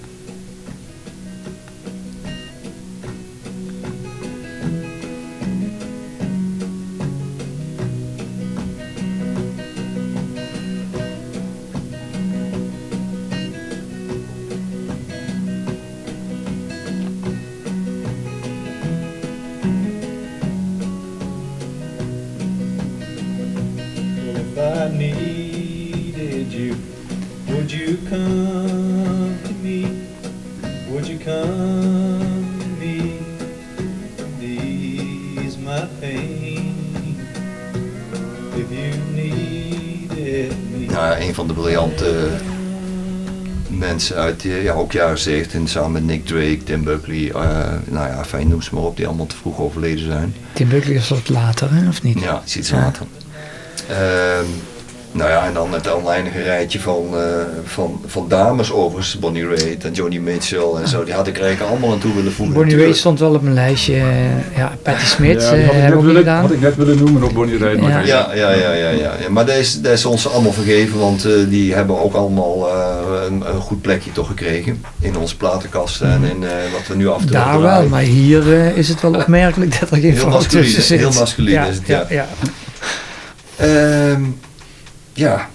Uit ja, ook jaren zeventig, samen met Nick Drake, Tim Buckley, uh, nou ja, fijn, noem ze maar op, die allemaal te vroeg overleden zijn. Tim Buckley is wat later, hè, of niet? Ja, iets ja. later. Uh, nou ja, en dan het oneindige rijtje van, uh, van, van dames overigens, Bonnie Raitt en Joni Mitchell en zo, die had ik eigenlijk allemaal aan toe willen voegen. Bonnie Raitt stond wel op mijn lijstje, uh, ja, Patti Smith ja, uh, hebben we ook gedaan. Had ik net willen noemen op Bonnie Raitt. Ja. Ja, ja, ja, ja, ja, ja. Maar dat is, dat is ons allemaal vergeven, want uh, die hebben ook allemaal uh, een, een goed plekje toch gekregen in onze platenkasten en in uh, wat we nu af en toe daar draaien. wel, maar hier uh, is het wel opmerkelijk dat er geen vrouw tussen zit. Heel masculien ja, is het, ja. ja, ja. Um, ja.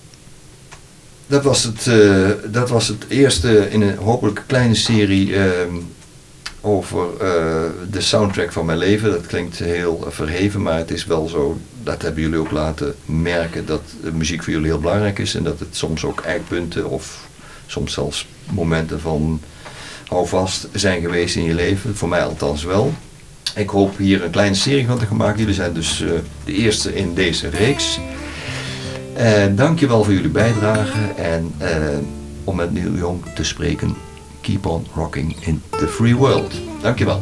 Dat was, het, uh, dat was het eerste in een hopelijk kleine serie uh, over uh, de soundtrack van mijn leven. Dat klinkt heel uh, verheven, maar het is wel zo, dat hebben jullie ook laten merken, dat de muziek voor jullie heel belangrijk is en dat het soms ook eikpunten of soms zelfs momenten van houvast zijn geweest in je leven. Voor mij althans wel. Ik hoop hier een kleine serie van te gaan maken. Jullie zijn dus uh, de eerste in deze reeks. Uh, dankjewel voor jullie bijdrage en uh, om met Neil Young te spreken, keep on rocking in the free world. Dankjewel.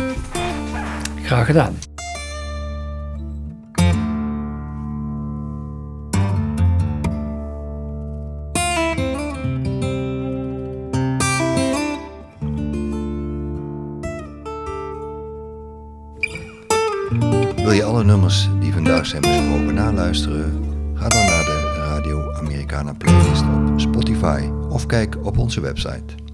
Graag gedaan. Wil je alle nummers die vandaag zijn besproken naluisteren? Ga dan naar de Radio Americana playlist op Spotify of kijk op onze website.